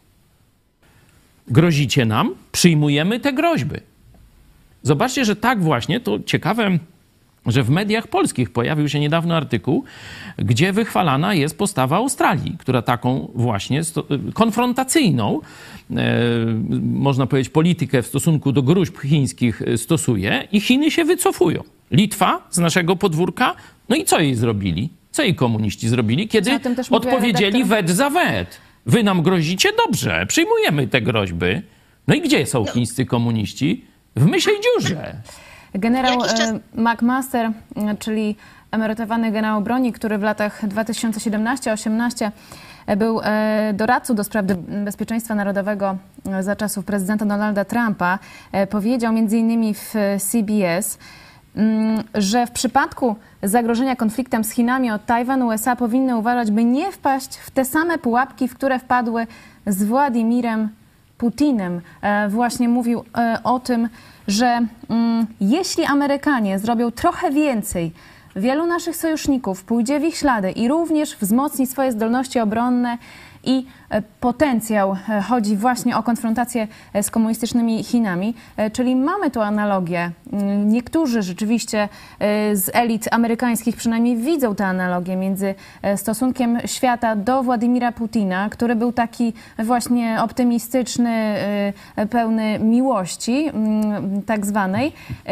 Grozicie nam? Przyjmujemy te groźby. Zobaczcie, że tak właśnie, to ciekawe że w mediach polskich pojawił się niedawno artykuł, gdzie wychwalana jest postawa Australii, która taką właśnie konfrontacyjną, e, można powiedzieć, politykę w stosunku do gruźb chińskich stosuje i Chiny się wycofują. Litwa z naszego podwórka, no i co jej zrobili? Co jej komuniści zrobili, kiedy odpowiedzieli wet za wet? Wy nam grozicie? Dobrze, przyjmujemy te groźby. No i gdzie są chińscy komuniści? W mysiej dziurze. Generał czas... McMaster, czyli emerytowany generał broni, który w latach dwa tysiące siedemnastym do dwa tysiące osiemnastego był doradcą do spraw bezpieczeństwa narodowego za czasów prezydenta Donalda Trumpa, powiedział między innymi w C B S, że w przypadku zagrożenia konfliktem z Chinami od Tajwan U S A powinny uważać, by nie wpaść w te same pułapki, w które wpadły z Władimirem Putinem. Właśnie mówił o tym, że mm, jeśli Amerykanie zrobią trochę więcej, wielu naszych sojuszników pójdzie w ich ślady i również wzmocni swoje zdolności obronne i potencjał. Chodzi właśnie o konfrontację z komunistycznymi Chinami, czyli mamy tu analogię. Niektórzy rzeczywiście z elit amerykańskich przynajmniej widzą tę analogię między stosunkiem świata do Władimira Putina, który był taki właśnie optymistyczny, pełny miłości tak zwanej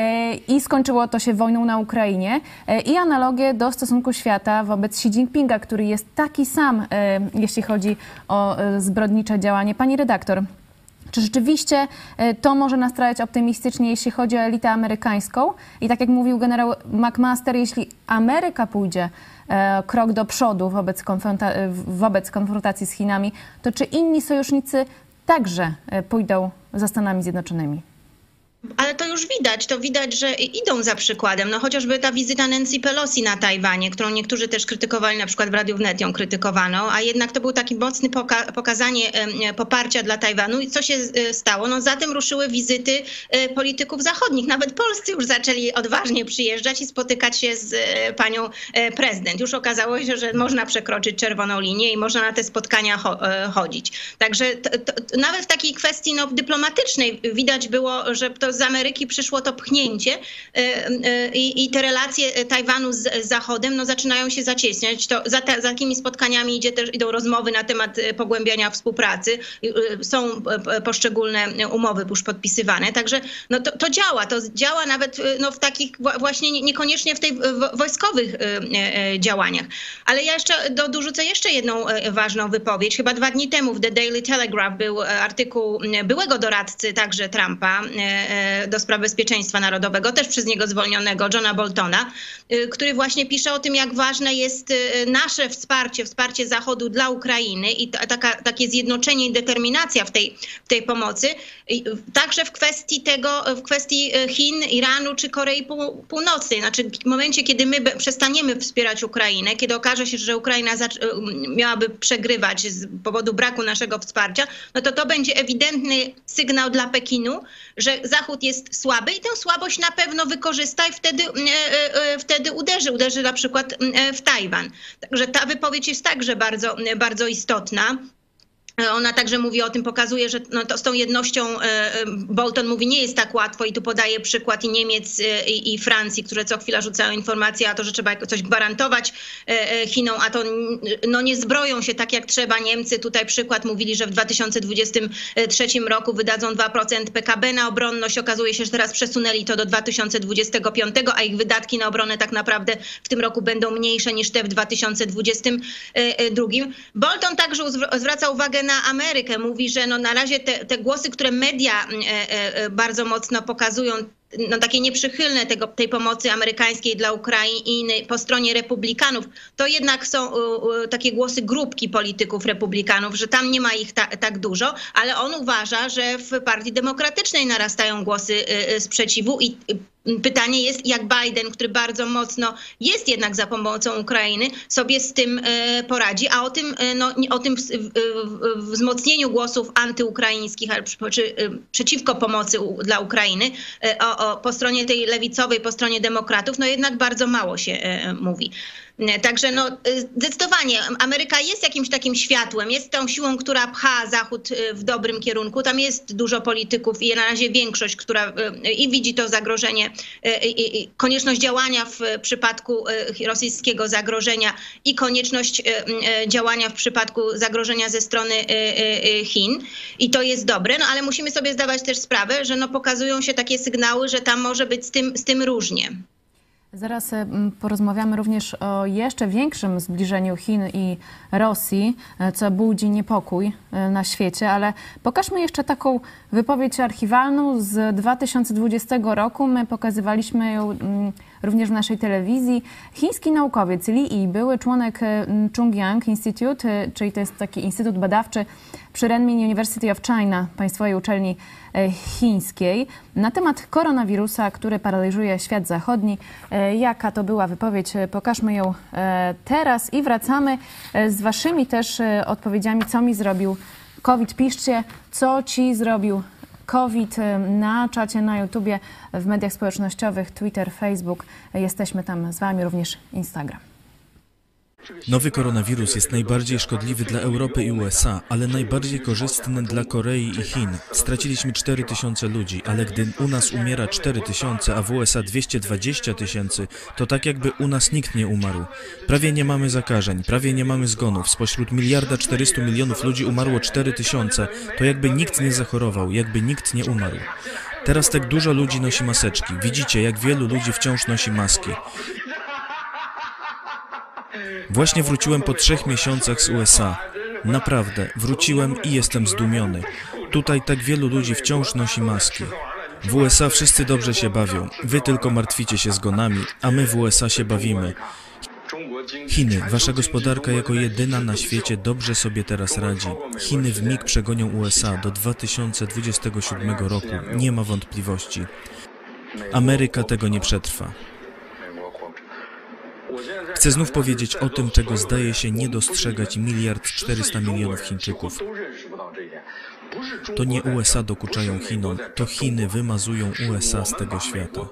i skończyło to się wojną na Ukrainie, i analogię do stosunku świata wobec Xi Jinpinga, który jest taki sam, jeśli chodzi o zbrodnicze działanie. Pani redaktor, czy rzeczywiście to może nastrajać optymistycznie, jeśli chodzi o elitę amerykańską? I tak jak mówił generał McMaster, jeśli Ameryka pójdzie krok do przodu wobec, konfronta- wobec konfrontacji z Chinami, to czy inni sojusznicy także pójdą za Stanami Zjednoczonymi? Ale to już widać, to widać, że idą za przykładem. No chociażby ta wizyta Nancy Pelosi na Tajwanie, którą niektórzy też krytykowali, na przykład w Radiu Wnet ją krytykowano, a jednak to był taki mocny poka- pokazanie poparcia dla Tajwanu. I co się stało? No za tym ruszyły wizyty polityków zachodnich. Nawet polscy już zaczęli odważnie przyjeżdżać i spotykać się z panią prezydent. Już okazało się, że można przekroczyć czerwoną linię i można na te spotkania cho- chodzić. Także to, to, nawet w takiej kwestii no, dyplomatycznej widać było, że to z Ameryki przyszło to pchnięcie i, i te relacje Tajwanu z Zachodem no, zaczynają się zacieśniać. To za, te, za takimi spotkaniami idzie też, idą rozmowy na temat pogłębiania współpracy. Są poszczególne umowy już podpisywane. Także no, to, to działa. To działa nawet no, w takich właśnie niekoniecznie w tych wojskowych działaniach. Ale ja jeszcze do, dorzucę jeszcze jedną ważną wypowiedź. Chyba dwa dni temu w The Daily Telegraph był artykuł byłego doradcy także Trumpa do spraw bezpieczeństwa narodowego, też przez niego zwolnionego, Johna Boltona, który właśnie pisze o tym, jak ważne jest nasze wsparcie, wsparcie Zachodu dla Ukrainy i taka, takie zjednoczenie i determinacja w tej, w tej pomocy, także w kwestii tego, w kwestii Chin, Iranu czy Korei Północnej. Znaczy w momencie, kiedy my przestaniemy wspierać Ukrainę, kiedy okaże się, że Ukraina miałaby przegrywać z powodu braku naszego wsparcia, no to to będzie ewidentny sygnał dla Pekinu, że Zachód jest słaby i tę słabość na pewno wykorzysta i wtedy, wtedy uderzy, uderzy na przykład w Tajwan. Także ta wypowiedź jest także bardzo, bardzo istotna. Ona także mówi o tym, pokazuje, że no to z tą jednością Bolton mówi, nie jest tak łatwo i tu podaje przykład i Niemiec i, i Francji, które co chwila rzucają informacje, a to, że trzeba coś gwarantować Chinom, a to no nie zbroją się tak jak trzeba. Niemcy tutaj przykład mówili, że w dwa tysiące dwudziestym trzecim roku wydadzą dwa procent P K B na obronność. Okazuje się, że teraz przesunęli to do dwa tysiące dwudziestego piątego, a ich wydatki na obronę tak naprawdę w tym roku będą mniejsze niż te w dwa tysiące dwudziestym drugim. Bolton także zwraca uwagę na Amerykę. Mówi, że no na razie te, te głosy, które media e, e, bardzo mocno pokazują, no takie nieprzychylne tego, tej pomocy amerykańskiej dla Ukrainy po stronie republikanów, to jednak są y, y, takie głosy grupki polityków republikanów, że tam nie ma ich ta, tak dużo, ale on uważa, że w Partii Demokratycznej narastają głosy y, y, sprzeciwu i y, pytanie jest, jak Biden, który bardzo mocno jest jednak za pomocą Ukrainy, sobie z tym y, poradzi, a o tym, y, no, o tym y, y, wzmocnieniu głosów antyukraińskich, czy y, przeciwko pomocy u, dla Ukrainy, y, o, o, po stronie tej lewicowej, po stronie demokratów, no jednak bardzo mało się y, mówi. Także no, zdecydowanie Ameryka jest jakimś takim światłem, jest tą siłą, która pcha Zachód w dobrym kierunku. Tam jest dużo polityków i na razie większość, która i widzi to zagrożenie konieczność działania w przypadku rosyjskiego zagrożenia i konieczność działania w przypadku zagrożenia ze strony Chin. I to jest dobre, no ale musimy sobie zdawać też sprawę, że no pokazują się takie sygnały, że tam może być z tym, z tym różnie. Zaraz porozmawiamy również o jeszcze większym zbliżeniu Chin i Rosji, co budzi niepokój na świecie, ale pokażmy jeszcze taką wypowiedź archiwalną z dwa tysiące dwudziestego roku. My pokazywaliśmy ją również w naszej telewizji. Chiński naukowiec Li Yi, były członek Chungyang Institute, czyli to jest taki instytut badawczy przy Renmin University of China, państwowej uczelni chińskiej, na temat koronawirusa, który paraliżuje świat zachodni. Jaka to była wypowiedź? Pokażmy ją teraz i wracamy z waszymi też odpowiedziami, co mi zrobił COVID. Piszcie, co ci zrobił COVID na czacie, na YouTubie, w mediach społecznościowych, Twitter, Facebook. Jesteśmy tam z wami, również Instagram. Nowy koronawirus jest najbardziej szkodliwy dla Europy i U S A, ale najbardziej korzystny dla Korei i Chin. Straciliśmy cztery tysiące ludzi, ale gdy u nas umiera cztery tysiące, a w U S A dwieście dwadzieścia tysięcy, to tak jakby u nas nikt nie umarł. Prawie nie mamy zakażeń, prawie nie mamy zgonów. Spośród miliarda czterystu milionów ludzi umarło cztery tysiące. To jakby nikt nie zachorował, jakby nikt nie umarł. Teraz tak dużo ludzi nosi maseczki. Widzicie, jak wielu ludzi wciąż nosi maski. Właśnie wróciłem po trzech miesiącach z U S A. Naprawdę, wróciłem i jestem zdumiony. Tutaj tak wielu ludzi wciąż nosi maski. W U S A wszyscy dobrze się bawią. Wy tylko martwicie się zgonami, a my w U S A się bawimy. Chiny, wasza gospodarka jako jedyna na świecie dobrze sobie teraz radzi. Chiny w mig przegonią U S A do dwa tysiące dwudziestego siódmego roku. Nie ma wątpliwości. Ameryka tego nie przetrwa. Chcę znów powiedzieć o tym, czego zdaje się nie dostrzegać miliard czterysta milionów Chińczyków. To nie U S A dokuczają Chinom, to Chiny wymazują U S A z tego świata.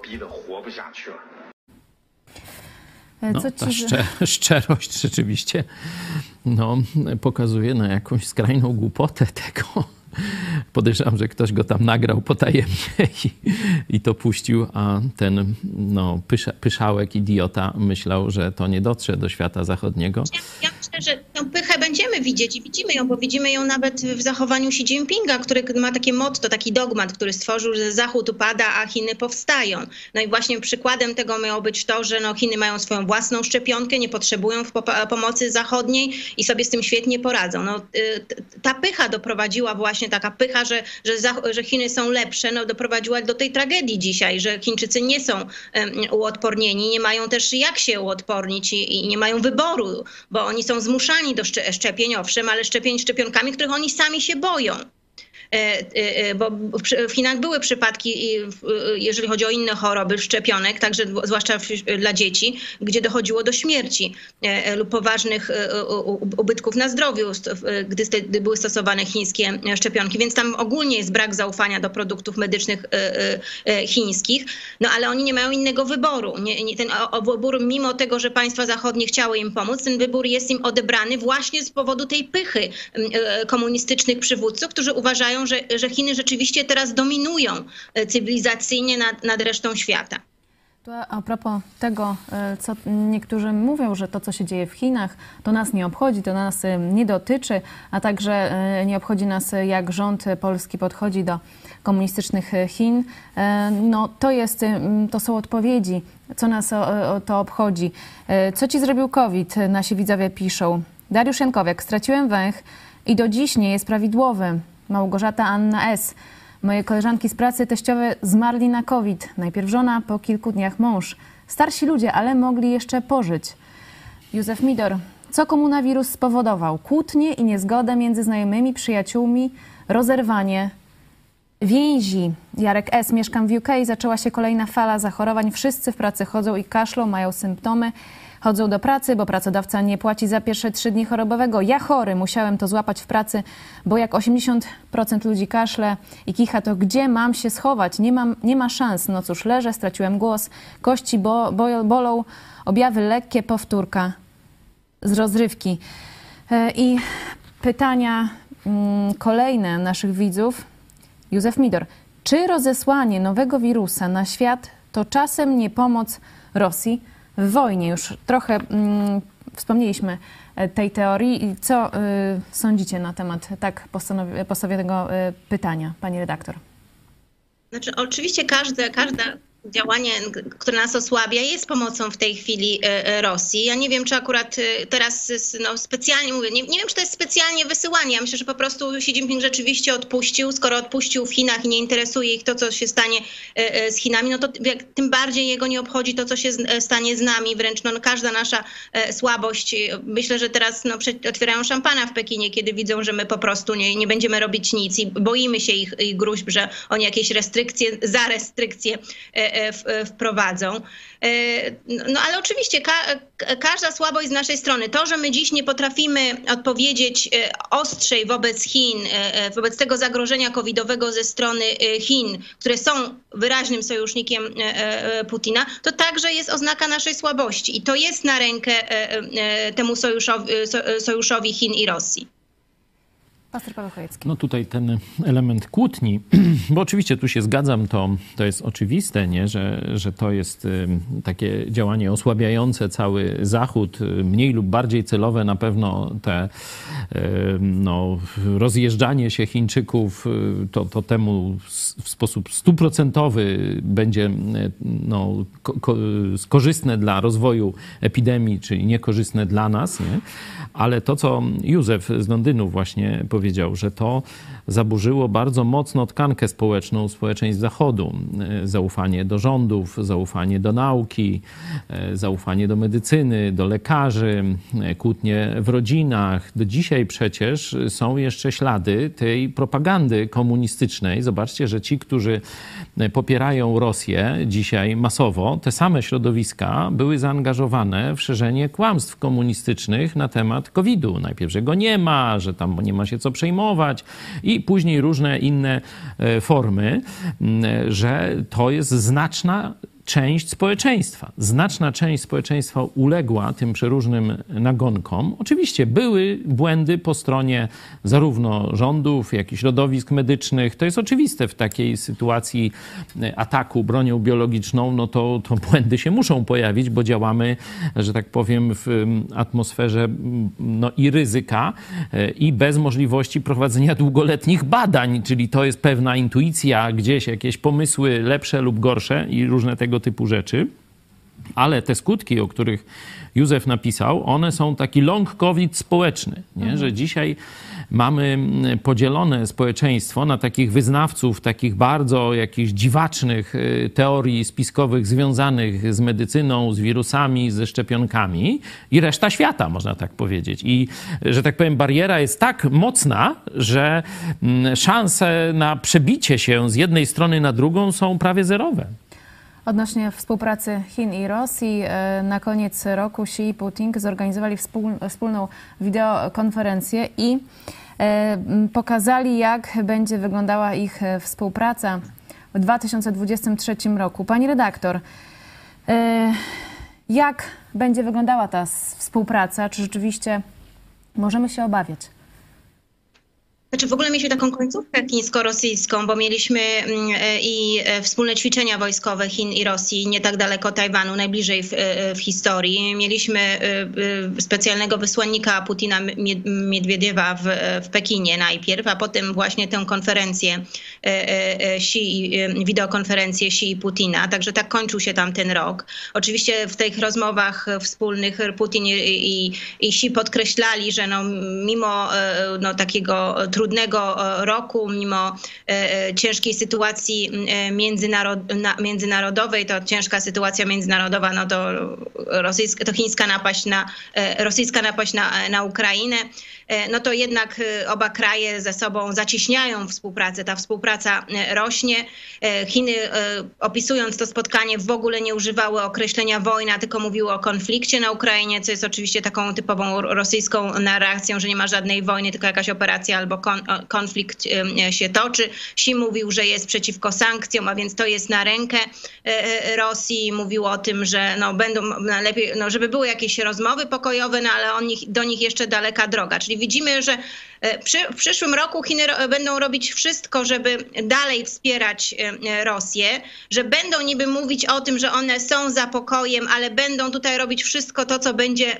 No, ta szcze, szczerość rzeczywiście no, pokazuje na jakąś skrajną głupotę tego. Podejrzewam, że ktoś go tam nagrał potajemnie i, i to puścił, a ten no, pysza, pyszałek, idiota myślał, że to nie dotrze do świata zachodniego. Ja, ja myślę, że tę pychę będziemy widzieć i widzimy ją, bo widzimy ją nawet w zachowaniu Xi Jinpinga, który ma takie motto, taki dogmat, który stworzył, że Zachód upada, a Chiny powstają. No i właśnie przykładem tego miało być to, że no, Chiny mają swoją własną szczepionkę, nie potrzebują pomocy zachodniej i sobie z tym świetnie poradzą. No, ta pycha doprowadziła właśnie, taka pycha, że, że, że Chiny są lepsze, no, doprowadziła do tej tragedii dzisiaj, że Chińczycy nie są um, uodpornieni, nie mają też jak się uodpornić i, i nie mają wyboru, bo oni są zmuszani do szczepień, owszem, ale szczepień szczepionkami, których oni sami się boją. Bo w Chinach były przypadki, jeżeli chodzi o inne choroby, szczepionek, także zwłaszcza dla dzieci, gdzie dochodziło do śmierci lub poważnych ubytków na zdrowiu, gdy były stosowane chińskie szczepionki. Więc tam ogólnie jest brak zaufania do produktów medycznych chińskich, no ale oni nie mają innego wyboru. Ten wybór, mimo tego, że państwa zachodnie chciały im pomóc, ten wybór jest im odebrany właśnie z powodu tej pychy komunistycznych przywódców, którzy uważają, Że, że Chiny rzeczywiście teraz dominują cywilizacyjnie nad, nad resztą świata. To a propos tego, co niektórzy mówią, że to, co się dzieje w Chinach, to nas nie obchodzi, to nas nie dotyczy, a także nie obchodzi nas, jak rząd polski podchodzi do komunistycznych Chin. No, to, jest, to są odpowiedzi, co nas o, o to obchodzi. Co ci zrobił COVID? Nasi widzowie piszą. Dariusz Jankowiak, straciłem węch i do dziś nie jest prawidłowy. Małgorzata Anna S. Moje koleżanki z pracy teściowe zmarli na COVID. Najpierw żona, po kilku dniach mąż. Starsi ludzie, ale mogli jeszcze pożyć. Józef Midor. Co komunawirus spowodował? Kłótnie i niezgodę między znajomymi, przyjaciółmi, rozerwanie więzi. Jarek S. Mieszkam w U K. Zaczęła się kolejna fala zachorowań. Wszyscy w pracy chodzą i kaszlą, mają symptomy. Chodzą do pracy, bo pracodawca nie płaci za pierwsze trzy dni chorobowego. Ja chory, musiałem to złapać w pracy, bo jak osiemdziesiąt procent ludzi kaszle i kicha, to gdzie mam się schować? Nie, mam, nie ma szans. No cóż, leżę, straciłem głos, kości bo, bo, bolą, objawy lekkie, powtórka z rozrywki. I pytania kolejne naszych widzów. Józef Midor. Czy rozesłanie nowego wirusa na świat to czasem nie pomoc Rosji w wojnie. Już trochę mm, wspomnieliśmy tej teorii. I co y, sądzicie na temat tak postawi- postawionego y, pytania, pani redaktor? Znaczy, oczywiście każde, każde działanie, które nas osłabia, jest pomocą w tej chwili Rosji. Ja nie wiem, czy akurat teraz no, specjalnie mówię, nie, nie wiem, czy to jest specjalnie wysyłanie. Ja myślę, że po prostu Xi Jinping rzeczywiście odpuścił. Skoro odpuścił w Chinach i nie interesuje ich to, co się stanie z Chinami, no to tym bardziej jego nie obchodzi to, co się stanie z nami. Wręcz no, każda nasza słabość. Myślę, że teraz no, otwierają szampana w Pekinie, kiedy widzą, że my po prostu nie, nie będziemy robić nic i boimy się ich, ich gruźb, że oni jakieś restrykcje, za restrykcje wprowadzą. No ale oczywiście ka każda słabość z naszej strony. To, że my dziś nie potrafimy odpowiedzieć ostrzej wobec Chin, wobec tego zagrożenia covidowego ze strony Chin, które są wyraźnym sojusznikiem Putina, to także jest oznaka naszej słabości. I to jest na rękę temu sojuszowi, sojuszowi Chin i Rosji. Pastor Paweł Chojecki. No tutaj ten element kłótni, bo oczywiście tu się zgadzam, to, to jest oczywiste, nie? Że, że to jest takie działanie osłabiające cały Zachód, mniej lub bardziej celowe na pewno te no, rozjeżdżanie się Chińczyków, to, to temu w sposób stuprocentowy będzie no, ko korzystne dla rozwoju epidemii, czyli niekorzystne dla nas, nie? Ale to, co Józef z Londynu właśnie powiedział, że to zaburzyło bardzo mocno tkankę społeczną społeczeństw Zachodu. Zaufanie do rządów, zaufanie do nauki, zaufanie do medycyny, do lekarzy, kłótnie w rodzinach. Do dzisiaj przecież są jeszcze ślady tej propagandy komunistycznej. Zobaczcie, że ci, którzy popierają Rosję dzisiaj masowo, te same środowiska były zaangażowane w szerzenie kłamstw komunistycznych na temat kowida. Najpierw, że go nie ma, że tam nie ma się co przejmować i później różne inne formy, że to jest znaczna część społeczeństwa. Znaczna część społeczeństwa uległa tym przeróżnym nagonkom. Oczywiście były błędy po stronie zarówno rządów, jak i środowisk medycznych. To jest oczywiste w takiej sytuacji ataku bronią biologiczną, no to, to błędy się muszą pojawić, bo działamy, że tak powiem, w atmosferze no, i ryzyka, i bez możliwości prowadzenia długoletnich badań, czyli to jest pewna intuicja, gdzieś jakieś pomysły lepsze lub gorsze i różne tego typu rzeczy, ale te skutki, o których Józef napisał, one są taki long COVID społeczny, nie? Mhm. Że dzisiaj mamy podzielone społeczeństwo na takich wyznawców, takich bardzo jakichś dziwacznych teorii spiskowych związanych z medycyną, z wirusami, ze szczepionkami i reszta świata, można tak powiedzieć. I, że tak powiem, bariera jest tak mocna, że szanse na przebicie się z jednej strony na drugą są prawie zerowe. Odnośnie współpracy Chin i Rosji, na koniec roku Xi i Putin zorganizowali wspólną wideokonferencję i pokazali, jak będzie wyglądała ich współpraca w dwa tysiące dwudziestym trzecim roku. Pani redaktor, jak będzie wyglądała ta współpraca? Czy rzeczywiście możemy się obawiać? Znaczy w ogóle mieliśmy taką końcówkę chińsko-rosyjską, bo mieliśmy i wspólne ćwiczenia wojskowe Chin i Rosji nie tak daleko Tajwanu, najbliżej w, w historii. Mieliśmy specjalnego wysłannika Putina Miedwiediewa w, w Pekinie najpierw, a potem właśnie tę konferencję Xi, wideokonferencję Xi i Putina. Także tak kończył się tam ten rok. Oczywiście w tych rozmowach wspólnych Putin i, i Xi podkreślali, że no, mimo no, takiego trudnego roku, mimo ciężkiej sytuacji międzynarod, międzynarodowej, to ciężka sytuacja międzynarodowa, no to, rosyjska, to chińska napaść na, rosyjska napaść na, na Ukrainę, no to jednak oba kraje ze sobą zacieśniają współpracę. Ta współpraca rośnie. Chiny, opisując to spotkanie, w ogóle nie używały określenia wojna, tylko mówiły o konflikcie na Ukrainie, co jest oczywiście taką typową rosyjską narracją, że nie ma żadnej wojny, tylko jakaś operacja albo kon, konflikt się toczy. Xi mówił, że jest przeciwko sankcjom, a więc to jest na rękę Rosji. Mówił o tym, że no, będą lepiej, no, żeby były jakieś rozmowy pokojowe, no, ale on nich, do nich jeszcze daleka droga. Czyli widzimy, że przy, w przyszłym roku Chiny będą robić wszystko, żeby dalej wspierać Rosję, że będą niby mówić o tym, że one są za pokojem, ale będą tutaj robić wszystko to, co będzie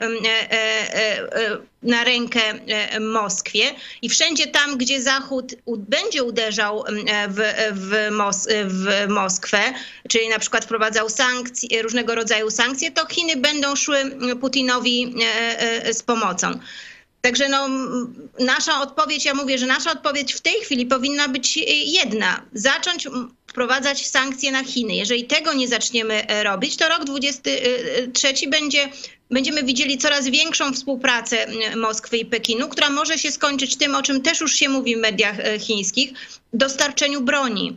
na rękę Moskwie. I wszędzie tam, gdzie Zachód będzie uderzał w, w, Mos w Moskwę, czyli na przykład wprowadzał sankcje, różnego rodzaju sankcje, to Chiny będą szły Putinowi z pomocą. Także no, nasza odpowiedź, ja mówię, że nasza odpowiedź w tej chwili powinna być jedna. Zacząć wprowadzać sankcje na Chiny. Jeżeli tego nie zaczniemy robić, to rok dwudziesty trzeci będzie, będziemy widzieli coraz większą współpracę Moskwy i Pekinu, która może się skończyć tym, o czym też już się mówi w mediach chińskich, dostarczeniu broni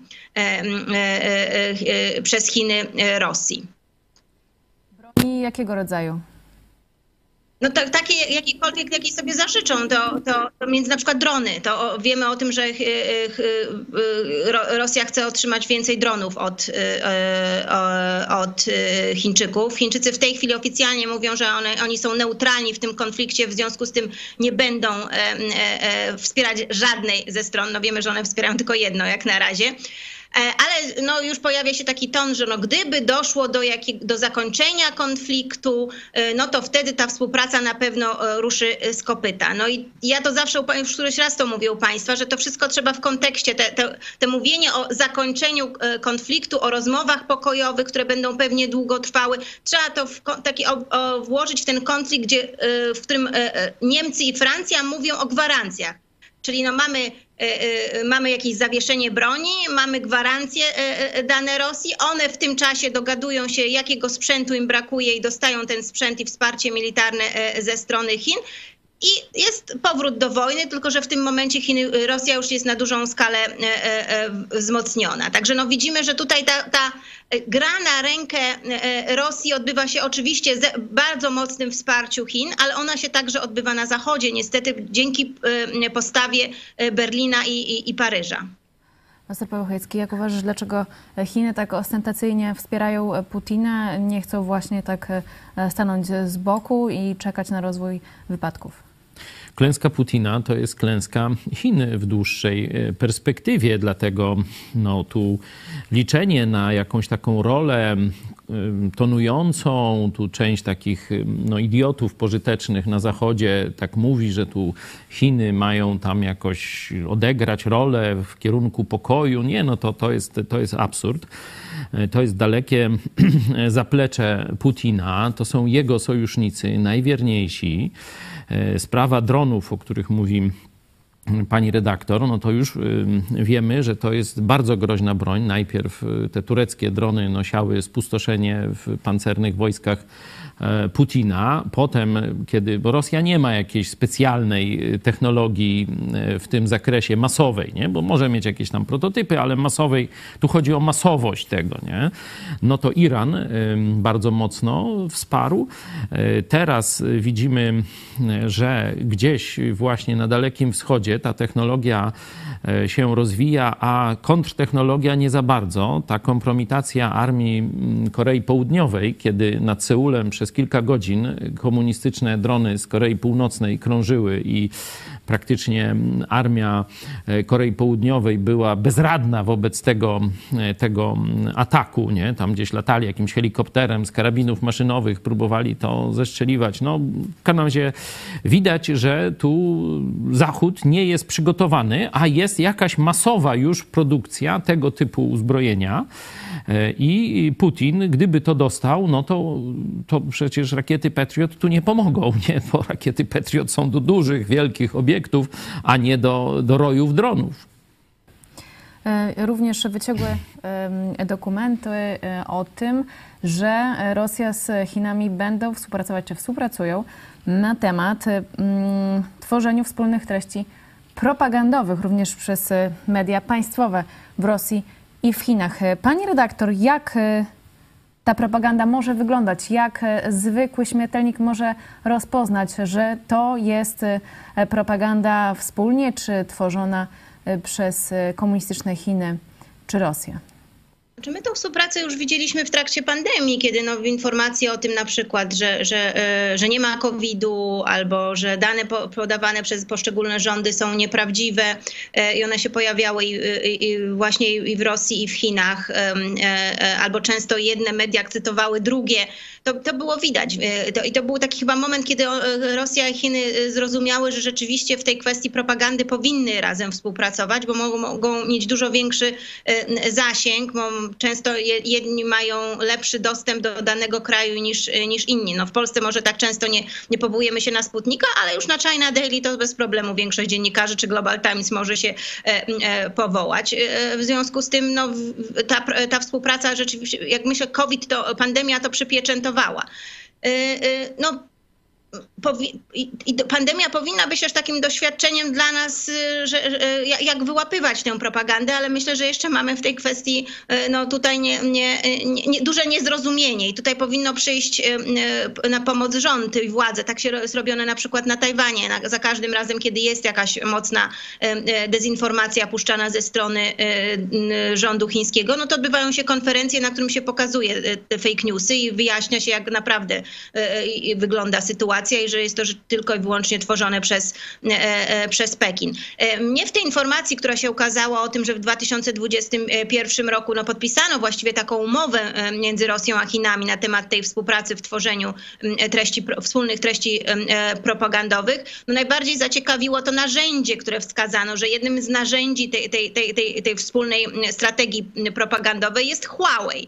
przez Chiny Rosji. Broni jakiego rodzaju? No tak, takie jakiekolwiek, jakie sobie zażyczą, to, to, to między na przykład drony. To wiemy o tym, że Rosja chce otrzymać więcej dronów od, od Chińczyków. Chińczycy w tej chwili oficjalnie mówią, że one, oni są neutralni w tym konflikcie, w związku z tym nie będą wspierać żadnej ze stron. No wiemy, że one wspierają tylko jedno jak na razie. Ale no już pojawia się taki ton, że no gdyby doszło do, jakiego, do zakończenia konfliktu, no to wtedy ta współpraca na pewno ruszy z kopyta. No i ja to zawsze już któryś raz to mówię u państwa, że to wszystko trzeba w kontekście, te, te, te mówienie o zakończeniu konfliktu, o rozmowach pokojowych, które będą pewnie długo trwały, trzeba to w, taki, o, o, włożyć w ten konflikt, gdzie, w którym Niemcy i Francja mówią o gwarancjach. Czyli no mamy, mamy jakieś zawieszenie broni, mamy gwarancje dane Rosji, one w tym czasie dogadują się, jakiego sprzętu im brakuje i dostają ten sprzęt i wsparcie militarne ze strony Chin. I jest powrót do wojny, tylko że w tym momencie Chiny, Rosja już jest na dużą skalę wzmocniona. Także no widzimy, że tutaj ta, ta gra na rękę Rosji odbywa się oczywiście z bardzo mocnym wsparciu Chin, ale ona się także odbywa na Zachodzie, niestety dzięki postawie Berlina i, i, i Paryża. Pastor Paweł Chojecki, jak uważasz, dlaczego Chiny tak ostentacyjnie wspierają Putina, nie chcą właśnie tak stanąć z boku i czekać na rozwój wypadków? Klęska Putina to jest klęska Chin w dłuższej perspektywie, dlatego no, tu liczenie na jakąś taką rolę tonującą, tu część takich no, idiotów pożytecznych na Zachodzie tak mówi, że tu Chiny mają tam jakoś odegrać rolę w kierunku pokoju. Nie, no to, to, jest, to jest absurd. To jest dalekie zaplecze Putina, to są jego sojusznicy najwierniejsi. Sprawa dronów, o których mówi pani redaktor, no to już wiemy, że to jest bardzo groźna broń. Najpierw te tureckie drony nosiały spustoszenie w pancernych wojskach Putina. Potem, kiedy, bo Rosja nie ma jakiejś specjalnej technologii w tym zakresie masowej, nie? Bo może mieć jakieś tam prototypy, ale masowej, tu chodzi o masowość tego, nie? No to Iran bardzo mocno wsparł. Teraz widzimy, że gdzieś właśnie na Dalekim Wschodzie ta technologia się rozwija, a kontrtechnologia nie za bardzo. Ta kompromitacja armii Korei Południowej, kiedy nad Seulem przez kilka godzin komunistyczne drony z Korei Północnej krążyły i praktycznie armia Korei Południowej była bezradna wobec tego, tego ataku, nie? Tam gdzieś latali jakimś helikopterem z karabinów maszynowych, próbowali to zestrzeliwać. No, w każdym razie widać, że tu Zachód nie jest przygotowany, a jest jakaś masowa już produkcja tego typu uzbrojenia. I Putin, gdyby to dostał, no to, to przecież rakiety Patriot tu nie pomogą, nie? Bo rakiety Patriot są do dużych, wielkich obiektów, a nie do, do rojów dronów. Również wyciągły dokumenty o tym, że Rosja z Chinami będą współpracować, czy współpracują na temat mm, tworzenia wspólnych treści propagandowych, również przez media państwowe w Rosji i w Chinach. Pani redaktor, jak ta propaganda może wyglądać? Jak zwykły śmiertelnik może rozpoznać, że to jest propaganda wspólnie, czy tworzona przez komunistyczne Chiny, czy Rosję? Czy my tą współpracę już widzieliśmy w trakcie pandemii, kiedy no, informacje o tym na przykład, że, że, że nie ma kowida albo że dane podawane przez poszczególne rządy są nieprawdziwe i one się pojawiały i, i właśnie i w Rosji i w Chinach, albo często jedne media cytowały drugie, to, to było widać. To, I to był taki chyba moment, kiedy Rosja i Chiny zrozumiały, że rzeczywiście w tej kwestii propagandy powinny razem współpracować, bo mogą, mogą mieć dużo większy zasięg, bo często jedni mają lepszy dostęp do danego kraju niż, niż inni. No w Polsce może tak często nie, nie powołujemy się na Sputnika, ale już na China Daily to bez problemu większość dziennikarzy czy Global Times może się e, e, powołać. E, w związku z tym no, ta, ta współpraca rzeczywiście, jak myślę, COVID, to pandemia to przypieczętowała. E, e, no, Powi- I pandemia powinna być też takim doświadczeniem dla nas, że, jak wyłapywać tę propagandę, ale myślę, że jeszcze mamy w tej kwestii no, tutaj nie, nie, nie, duże niezrozumienie i tutaj powinno przyjść na pomoc rząd i władze. Tak się jest robione na przykład na Tajwanie. Za każdym razem, kiedy jest jakaś mocna dezinformacja puszczana ze strony rządu chińskiego, no to odbywają się konferencje, na którym się pokazuje te fake newsy i wyjaśnia się, jak naprawdę wygląda sytuacja i że jest to tylko i wyłącznie tworzone przez, e, przez Pekin. E, mnie w tej informacji, która się ukazała o tym, że w dwa tysiące dwudziestym pierwszym roku no, podpisano właściwie taką umowę między Rosją a Chinami na temat tej współpracy w tworzeniu treści, wspólnych treści e, propagandowych, no, najbardziej zaciekawiło to narzędzie, które wskazano, że jednym z narzędzi tej, tej, tej, tej, tej wspólnej strategii propagandowej jest Huawei.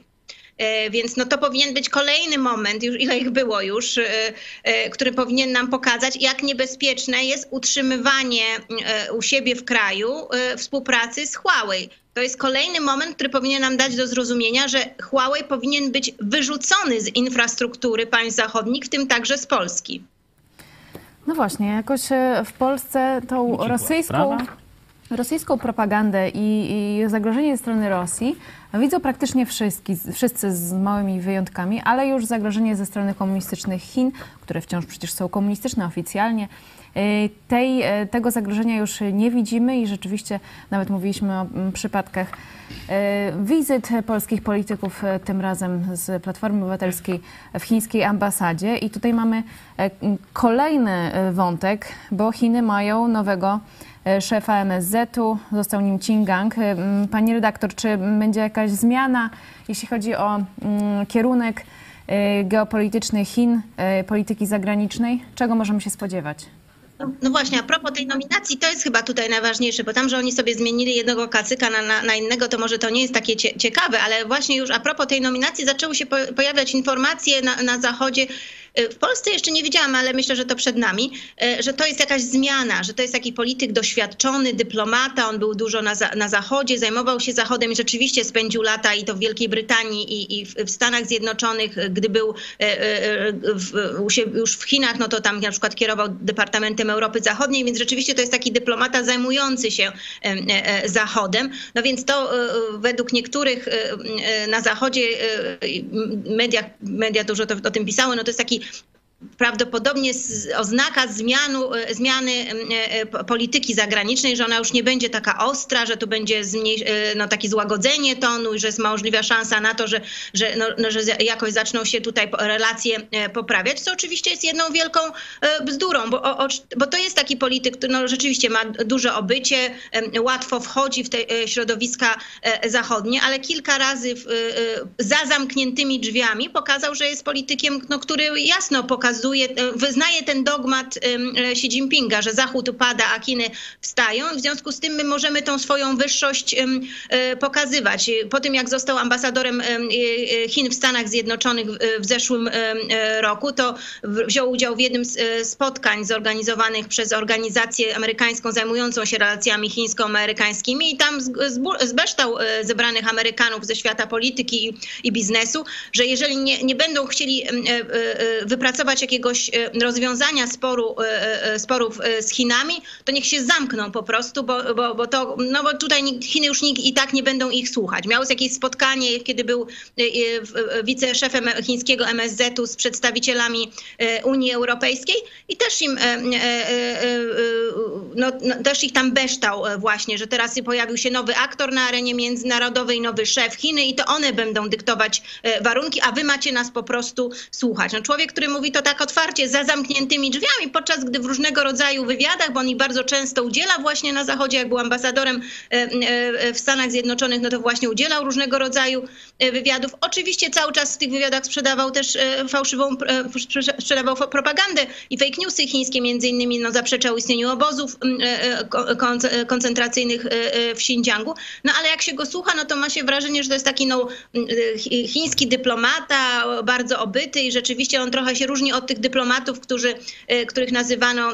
Więc no to powinien być kolejny moment, już ile ich było już, który powinien nam pokazać, jak niebezpieczne jest utrzymywanie u siebie w kraju współpracy z Huawei. To jest kolejny moment, który powinien nam dać do zrozumienia, że Huawei powinien być wyrzucony z infrastruktury państw zachodnich, w tym także z Polski. No właśnie, jakoś w Polsce tą rosyjską... rosyjską propagandę i, i zagrożenie ze strony Rosji widzą praktycznie wszyscy, wszyscy z małymi wyjątkami, ale już zagrożenie ze strony komunistycznych Chin, które wciąż przecież są komunistyczne oficjalnie. Tej, tego zagrożenia już nie widzimy i rzeczywiście nawet mówiliśmy o przypadkach wizyt polskich polityków, tym razem z Platformy Obywatelskiej w chińskiej ambasadzie. I tutaj mamy kolejny wątek, bo Chiny mają nowego szefa M S Z-u, został nim Qin Gang. Pani redaktor, czy będzie jakaś zmiana, jeśli chodzi o kierunek geopolityczny Chin, polityki zagranicznej? Czego możemy się spodziewać? No właśnie, a propos tej nominacji, to jest chyba tutaj najważniejsze, bo tam, że oni sobie zmienili jednego kacyka na, na, na innego, to może to nie jest takie cie, ciekawe, ale właśnie już a propos tej nominacji zaczęły się po, pojawiać informacje na, na Zachodzie. W Polsce jeszcze nie widziałam, ale myślę, że to przed nami, że to jest jakaś zmiana, że to jest taki polityk doświadczony, dyplomata, on był dużo na, na Zachodzie, zajmował się Zachodem i rzeczywiście spędził lata i to w Wielkiej Brytanii i, i w, w Stanach Zjednoczonych, gdy był w, w, już w Chinach, no to tam na przykład kierował Departamentem Europy Zachodniej, więc rzeczywiście to jest taki dyplomata zajmujący się Zachodem. No więc to według niektórych na Zachodzie, media, media dużo to, o tym pisały, no to jest taki prawdopodobnie oznaka zmianu, zmiany polityki zagranicznej, że ona już nie będzie taka ostra, że tu będzie no, takie złagodzenie tonu i że jest możliwa szansa na to, że, że, no, no, że jakoś zaczną się tutaj relacje poprawiać, co oczywiście jest jedną wielką bzdurą, bo, o, bo to jest taki polityk, który no, rzeczywiście ma duże obycie, łatwo wchodzi w te środowiska zachodnie, ale kilka razy w, za zamkniętymi drzwiami pokazał, że jest politykiem, no, który jasno pokazuje, wyznaje ten dogmat Xi Jinpinga, że Zachód upada, a Chiny wstają. W związku z tym my możemy tą swoją wyższość pokazywać. Po tym, jak został ambasadorem Chin w Stanach Zjednoczonych w zeszłym roku, to wziął udział w jednym z spotkań zorganizowanych przez organizację amerykańską zajmującą się relacjami chińsko-amerykańskimi i tam zbeształ zebranych Amerykanów ze świata polityki i biznesu, że jeżeli nie, nie będą chcieli wypracować jakiegoś rozwiązania sporu, sporów z Chinami, to niech się zamkną po prostu, bo, bo, bo, to, no bo tutaj Chiny już nikt, i tak nie będą ich słuchać. Miało jakieś spotkanie, kiedy był wiceszefem chińskiego M S Z-u z przedstawicielami Unii Europejskiej i też im no, no, też ich tam beształ właśnie, że teraz pojawił się nowy aktor na arenie międzynarodowej, nowy szef Chiny i to one będą dyktować warunki, a wy macie nas po prostu słuchać. No, człowiek, który mówi to tak otwarcie, za zamkniętymi drzwiami, podczas gdy w różnego rodzaju wywiadach, bo on ich bardzo często udziela właśnie na Zachodzie, jak był ambasadorem w Stanach Zjednoczonych, no to właśnie udzielał różnego rodzaju wywiadów. Oczywiście cały czas w tych wywiadach sprzedawał też fałszywą, sprzedawał propagandę i fake newsy chińskie, między innymi no, zaprzeczał istnieniu obozów koncentracyjnych w Xinjiangu. No ale jak się go słucha, no to ma się wrażenie, że to jest taki no, chiński dyplomata, bardzo obyty i rzeczywiście on trochę się różni od tych dyplomatów, którzy, których nazywano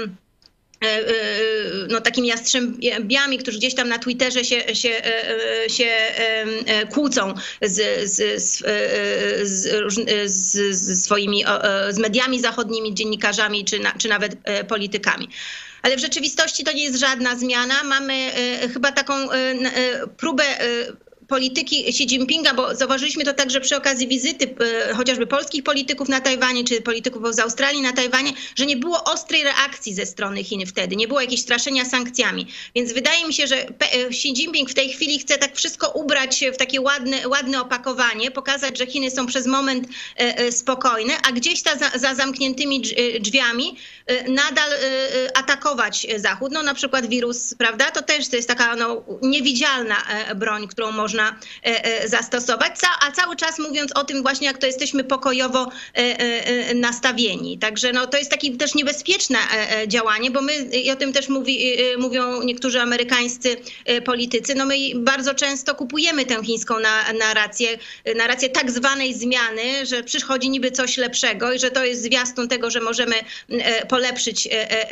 no, takimi jastrzębiami, którzy gdzieś tam na Twitterze się, się, się kłócą z, z, z, z, z swoimi, z mediami zachodnimi, dziennikarzami czy, na, czy nawet politykami. Ale w rzeczywistości to nie jest żadna zmiana. Mamy chyba taką próbę polityki Xi Jinpinga, bo zauważyliśmy to także przy okazji wizyty chociażby polskich polityków na Tajwanie, czy polityków z Australii na Tajwanie, że nie było ostrej reakcji ze strony Chin wtedy, nie było jakiegoś straszenia sankcjami. Więc wydaje mi się, że Xi Jinping w tej chwili chce tak wszystko ubrać w takie ładne, ładne opakowanie, pokazać, że Chiny są przez moment spokojne, a gdzieś ta za, za zamkniętymi drzwiami nadal atakować Zachód. No na przykład wirus, prawda? To też to jest taka no, niewidzialna broń, którą można zastosować, a cały czas mówiąc o tym właśnie, jak to jesteśmy pokojowo nastawieni. Także no, to jest takie też niebezpieczne działanie, bo my, i o tym też mówi, mówią niektórzy amerykańscy politycy, no my bardzo często kupujemy tę chińską narrację, narrację tak zwanej zmiany, że przychodzi niby coś lepszego i że to jest zwiastun tego, że możemy polepszyć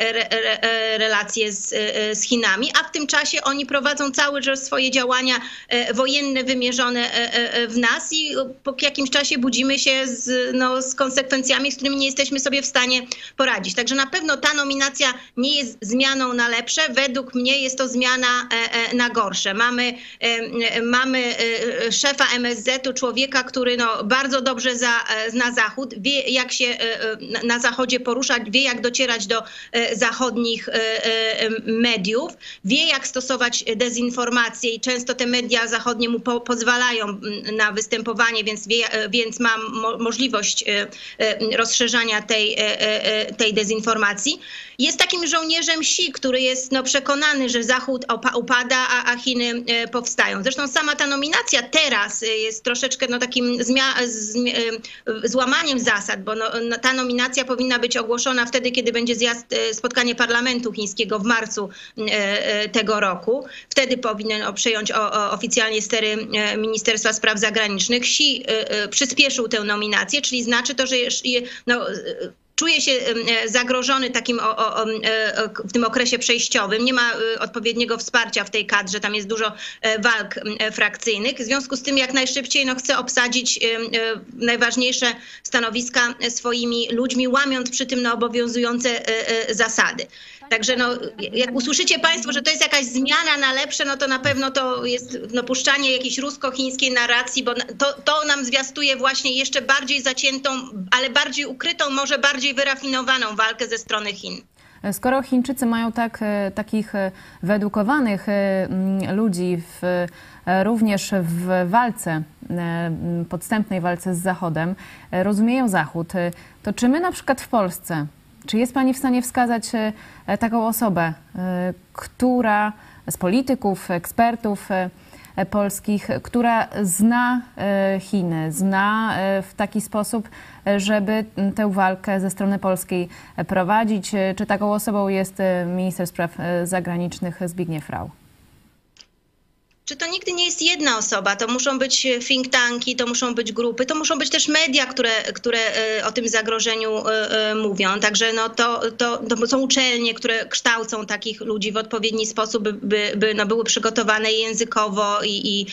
relacje z, z Chinami, a w tym czasie oni prowadzą cały czas swoje działania wojenne wymierzone w nas i po jakimś czasie budzimy się z, no, z konsekwencjami, z którymi nie jesteśmy sobie w stanie poradzić. Także na pewno ta nominacja nie jest zmianą na lepsze. Według mnie jest to zmiana na gorsze. Mamy, mamy szefa M S Z-u, człowieka, który no, bardzo dobrze za, zna Zachód, wie jak się na Zachodzie poruszać, wie jak docierać do zachodnich mediów, wie jak stosować dezinformację i często te media zachodnie mu po, pozwalają na występowanie, więc, wie, więc ma mo, możliwość rozszerzania tej, tej dezinformacji. Jest takim żołnierzem Xi, który jest no, przekonany, że Zachód upada, a, a Chiny powstają. Zresztą sama ta nominacja teraz jest troszeczkę no, takim zmia- zmi- złamaniem zasad, bo no, ta nominacja powinna być ogłoszona wtedy, kiedy będzie zjazd, spotkanie parlamentu chińskiego w marcu tego roku. Wtedy powinien przejąć o, o, oficjalnie stery Ministerstwa Spraw Zagranicznych. Xi przyspieszył tę nominację, czyli znaczy to, że no, czuje się zagrożony takim o, o, o, w tym okresie przejściowym. Nie ma odpowiedniego wsparcia w tej kadrze, tam jest dużo walk frakcyjnych. W związku z tym jak najszybciej no, chce obsadzić najważniejsze stanowiska swoimi ludźmi, łamiąc przy tym no, obowiązujące zasady. Także no, jak usłyszycie Państwo, że to jest jakaś zmiana na lepsze, no to na pewno to jest no, puszczanie jakiejś rusko-chińskiej narracji, bo to, to nam zwiastuje właśnie jeszcze bardziej zaciętą, ale bardziej ukrytą, może bardziej wyrafinowaną walkę ze strony Chin. Skoro Chińczycy mają tak, takich wyedukowanych ludzi w, również w walce, podstępnej walce z Zachodem, rozumieją Zachód, to czy my na przykład w Polsce, czy jest Pani w stanie wskazać taką osobę, która z polityków, ekspertów polskich, która zna Chiny, zna w taki sposób, żeby tę walkę ze strony polskiej prowadzić? Czy taką osobą jest minister spraw zagranicznych Zbigniew Rau? Czy to nigdy nie jest jedna osoba, to muszą być think tanki, to muszą być grupy, to muszą być też media, które, które o tym zagrożeniu mówią. Także no to, to, to są uczelnie, które kształcą takich ludzi w odpowiedni sposób, by, by, by no były przygotowane językowo i, i,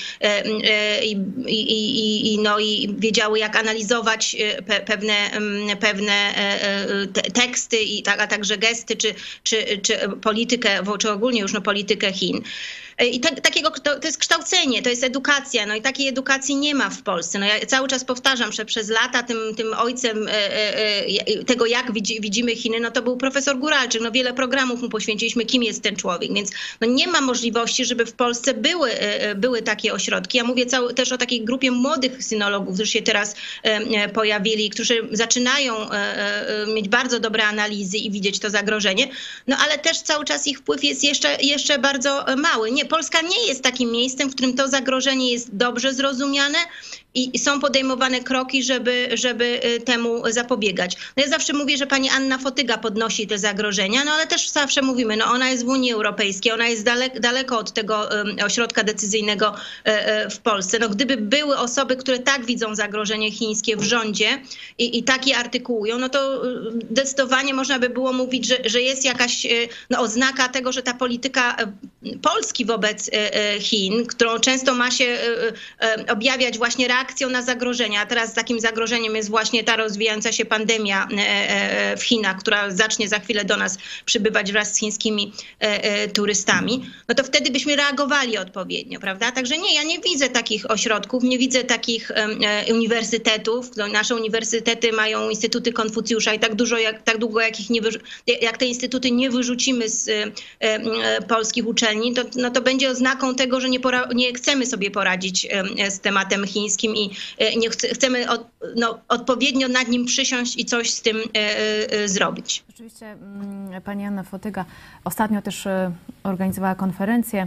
i, i, i, i, no i wiedziały, jak analizować pe, pewne, pewne teksty, i tak, a także gesty, czy, czy, czy politykę, czy ogólnie już no, politykę Chin. I tak, takiego, to, to jest kształcenie, to jest edukacja, no i takiej edukacji nie ma w Polsce. No ja cały czas powtarzam, że przez lata tym, tym ojcem e, e, tego, jak widzi, widzimy Chiny, no to był profesor Guralczyk. No wiele programów mu poświęciliśmy, kim jest ten człowiek, więc no nie ma możliwości, żeby w Polsce były, e, były takie ośrodki. Ja mówię cały, też o takiej grupie młodych synologów, którzy się teraz e, pojawili, którzy zaczynają e, e, mieć bardzo dobre analizy i widzieć to zagrożenie, no ale też cały czas ich wpływ jest jeszcze, jeszcze bardzo mały. Nie, Polska nie jest takim miejscem, w którym to zagrożenie jest dobrze zrozumiane i są podejmowane kroki, żeby, żeby temu zapobiegać. No ja zawsze mówię, że pani Anna Fotyga podnosi te zagrożenia, no ale też zawsze mówimy, no ona jest w Unii Europejskiej, ona jest daleko, daleko od tego um, ośrodka decyzyjnego um, w Polsce. No gdyby były osoby, które tak widzą zagrożenie chińskie w rządzie i, i takie artykułują, no to zdecydowanie można by było mówić, że, że jest jakaś no, oznaka tego, że ta polityka Polski wobec Chin, którą często ma się objawiać właśnie reakcją na zagrożenia. A teraz takim zagrożeniem jest właśnie ta rozwijająca się pandemia w Chinach, która zacznie za chwilę do nas przybywać wraz z chińskimi turystami. No to wtedy byśmy reagowali odpowiednio, prawda? Także nie, ja nie widzę takich ośrodków, nie widzę takich uniwersytetów. No, nasze uniwersytety mają instytuty Konfucjusza i tak dużo, jak, tak długo jak, ich nie jak te instytuty nie wyrzucimy z polskich uczelni, to, no to będzie oznaką tego, że nie, pora nie chcemy sobie poradzić z tematem chińskim i nie ch chcemy od, no, odpowiednio nad nim przysiąść i coś z tym e, e, zrobić. Rzeczywiście pani Anna Fotyga ostatnio też organizowała konferencję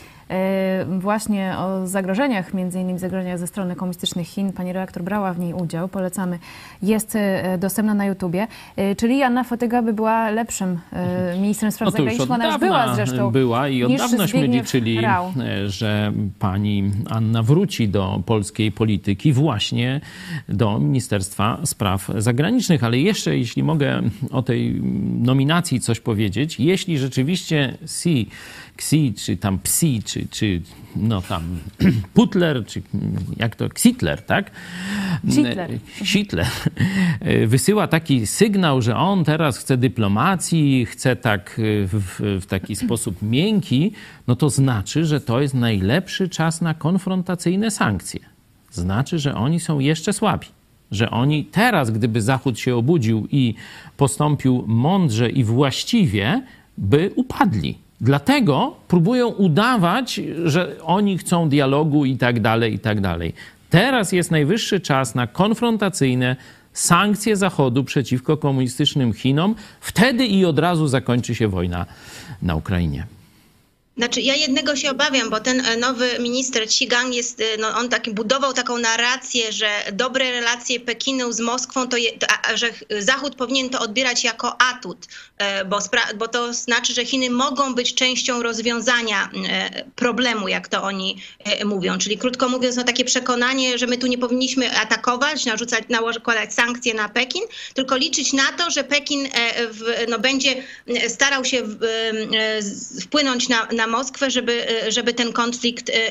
właśnie o zagrożeniach, między innymi zagrożeniach ze strony komunistycznych Chin. Pani redaktor brała w niej udział, polecamy. Jest dostępna na YouTubie. Czyli Anna Fotyga by była lepszym ministrem spraw no zagranicznych. Ona już była zresztą. Była i od dawnaśmy liczyli, Rau. że pani Anna wróci do polskiej polityki właśnie do Ministerstwa Spraw Zagranicznych. Ale jeszcze, jeśli mogę o tej nominacji coś powiedzieć, jeśli rzeczywiście Xi, Xi czy tam Psi, czy, czy no tam Putler, czy jak to, Xitler, tak? Xitler. Xitler wysyła taki sygnał, że on teraz chce dyplomacji, chce tak w, w taki sposób miękki, no to znaczy, że to jest najlepszy czas na konfrontacyjne sankcje. Znaczy, że oni są jeszcze słabi. Że oni teraz, gdyby Zachód się obudził i postąpił mądrze i właściwie, by upadli. Dlatego próbują udawać, że oni chcą dialogu i tak dalej, i tak dalej. Teraz jest najwyższy czas na konfrontacyjne sankcje Zachodu przeciwko komunistycznym Chinom. Wtedy i od razu zakończy się wojna na Ukrainie. Znaczy, ja jednego się obawiam, bo ten nowy minister Xi Gang jest, no on taki budował taką narrację, że dobre relacje Pekinu z Moskwą, to, je, to a, że Zachód powinien to odbierać jako atut, bo, spra- bo to znaczy, że Chiny mogą być częścią rozwiązania problemu, jak to oni mówią. Czyli krótko mówiąc, no takie przekonanie, że my tu nie powinniśmy atakować, narzucać, nakładać sankcje na Pekin, tylko liczyć na to, że Pekin w, no, będzie starał się w, wpłynąć na, na na Moskwę, żeby, żeby ten konflikt e,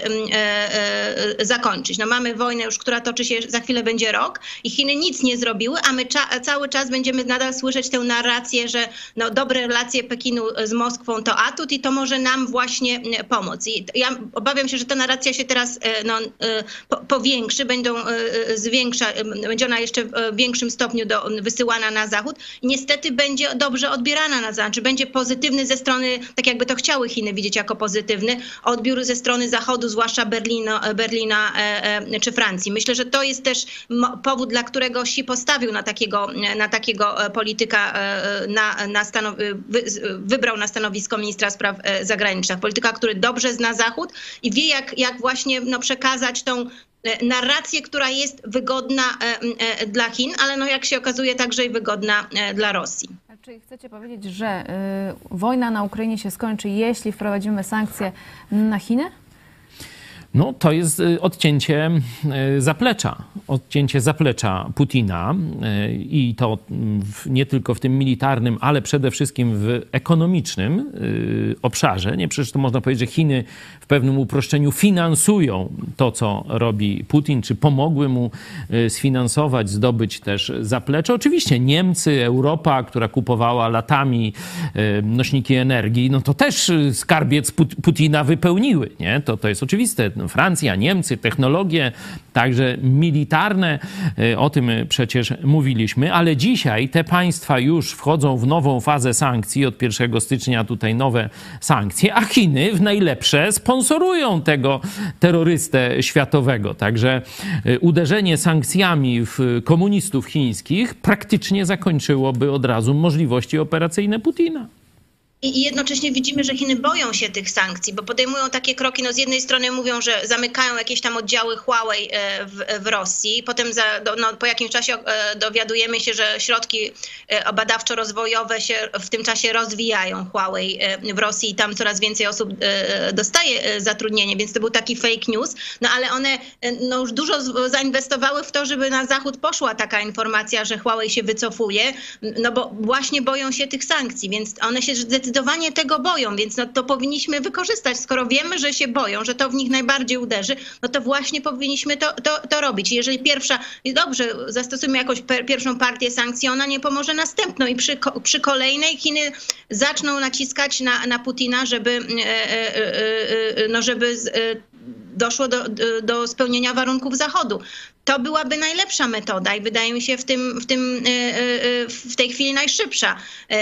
e, zakończyć. No mamy wojnę już, która toczy się, za chwilę będzie rok i Chiny nic nie zrobiły, a my cza, cały czas będziemy nadal słyszeć tę narrację, że no, dobre relacje Pekinu z Moskwą to atut i to może nam właśnie pomóc. I ja obawiam się, że ta narracja się teraz no, po, powiększy, będą zwiększa, będzie ona jeszcze w większym stopniu do, wysyłana na Zachód i niestety będzie dobrze odbierana na Zachód, czy będzie pozytywny ze strony, tak jakby to chciały Chiny widzieć jako pozytywny, odbiór ze strony Zachodu, zwłaszcza Berlino, Berlina e, czy Francji. Myślę, że to jest też powód, dla którego Xi postawił na takiego, na takiego polityka, na, na stanow, wy, wybrał na stanowisko ministra spraw zagranicznych. Polityka, który dobrze zna Zachód i wie, jak, jak właśnie no, przekazać tą narrację, która jest wygodna dla Chin, ale no, jak się okazuje, także i wygodna dla Rosji. Czy chcecie powiedzieć, że y, wojna na Ukrainie się skończy, jeśli wprowadzimy sankcje na Chiny? No, to jest odcięcie zaplecza, odcięcie zaplecza Putina i to nie tylko w tym militarnym, ale przede wszystkim w ekonomicznym obszarze. Nie, przecież to można powiedzieć, że Chiny w pewnym uproszczeniu finansują to, co robi Putin, czy pomogły mu sfinansować, zdobyć też zaplecze. Oczywiście Niemcy, Europa, która kupowała latami nośniki energii, no to też skarbiec Putina wypełniły, nie? To, to jest oczywiste. Francja, Niemcy, technologie, także militarne, o tym przecież mówiliśmy, ale dzisiaj te państwa już wchodzą w nową fazę sankcji, od pierwszego stycznia tutaj nowe sankcje, a Chiny w najlepsze sponsorują tego terrorystę światowego. Także uderzenie sankcjami w komunistów chińskich praktycznie zakończyłoby od razu możliwości operacyjne Putina. I jednocześnie widzimy, że Chiny boją się tych sankcji, bo podejmują takie kroki, no z jednej strony mówią, że zamykają jakieś tam oddziały Huawei w, w Rosji, potem za, no, po jakimś czasie dowiadujemy się, że środki badawczo-rozwojowe się w tym czasie rozwijają Huawei w Rosji i tam coraz więcej osób dostaje zatrudnienie, więc to był taki fake news, no ale one no, już dużo zainwestowały w to, żeby na zachód poszła taka informacja, że Huawei się wycofuje, no bo właśnie boją się tych sankcji, więc one się zdecydowanie Zdecydowanie tego boją, więc no to powinniśmy wykorzystać. Skoro wiemy, że się boją, że to w nich najbardziej uderzy, no to właśnie powinniśmy to, to, to robić. Jeżeli pierwsza, dobrze, zastosujemy jakąś per, pierwszą partię sankcji, ona nie pomoże następną i przy, przy kolejnej Chiny zaczną naciskać na, na Putina, żeby, no żeby doszło do, do spełnienia warunków Zachodu. To byłaby najlepsza metoda i wydaje mi się w, tym, w, tym, w tej chwili najszybsza,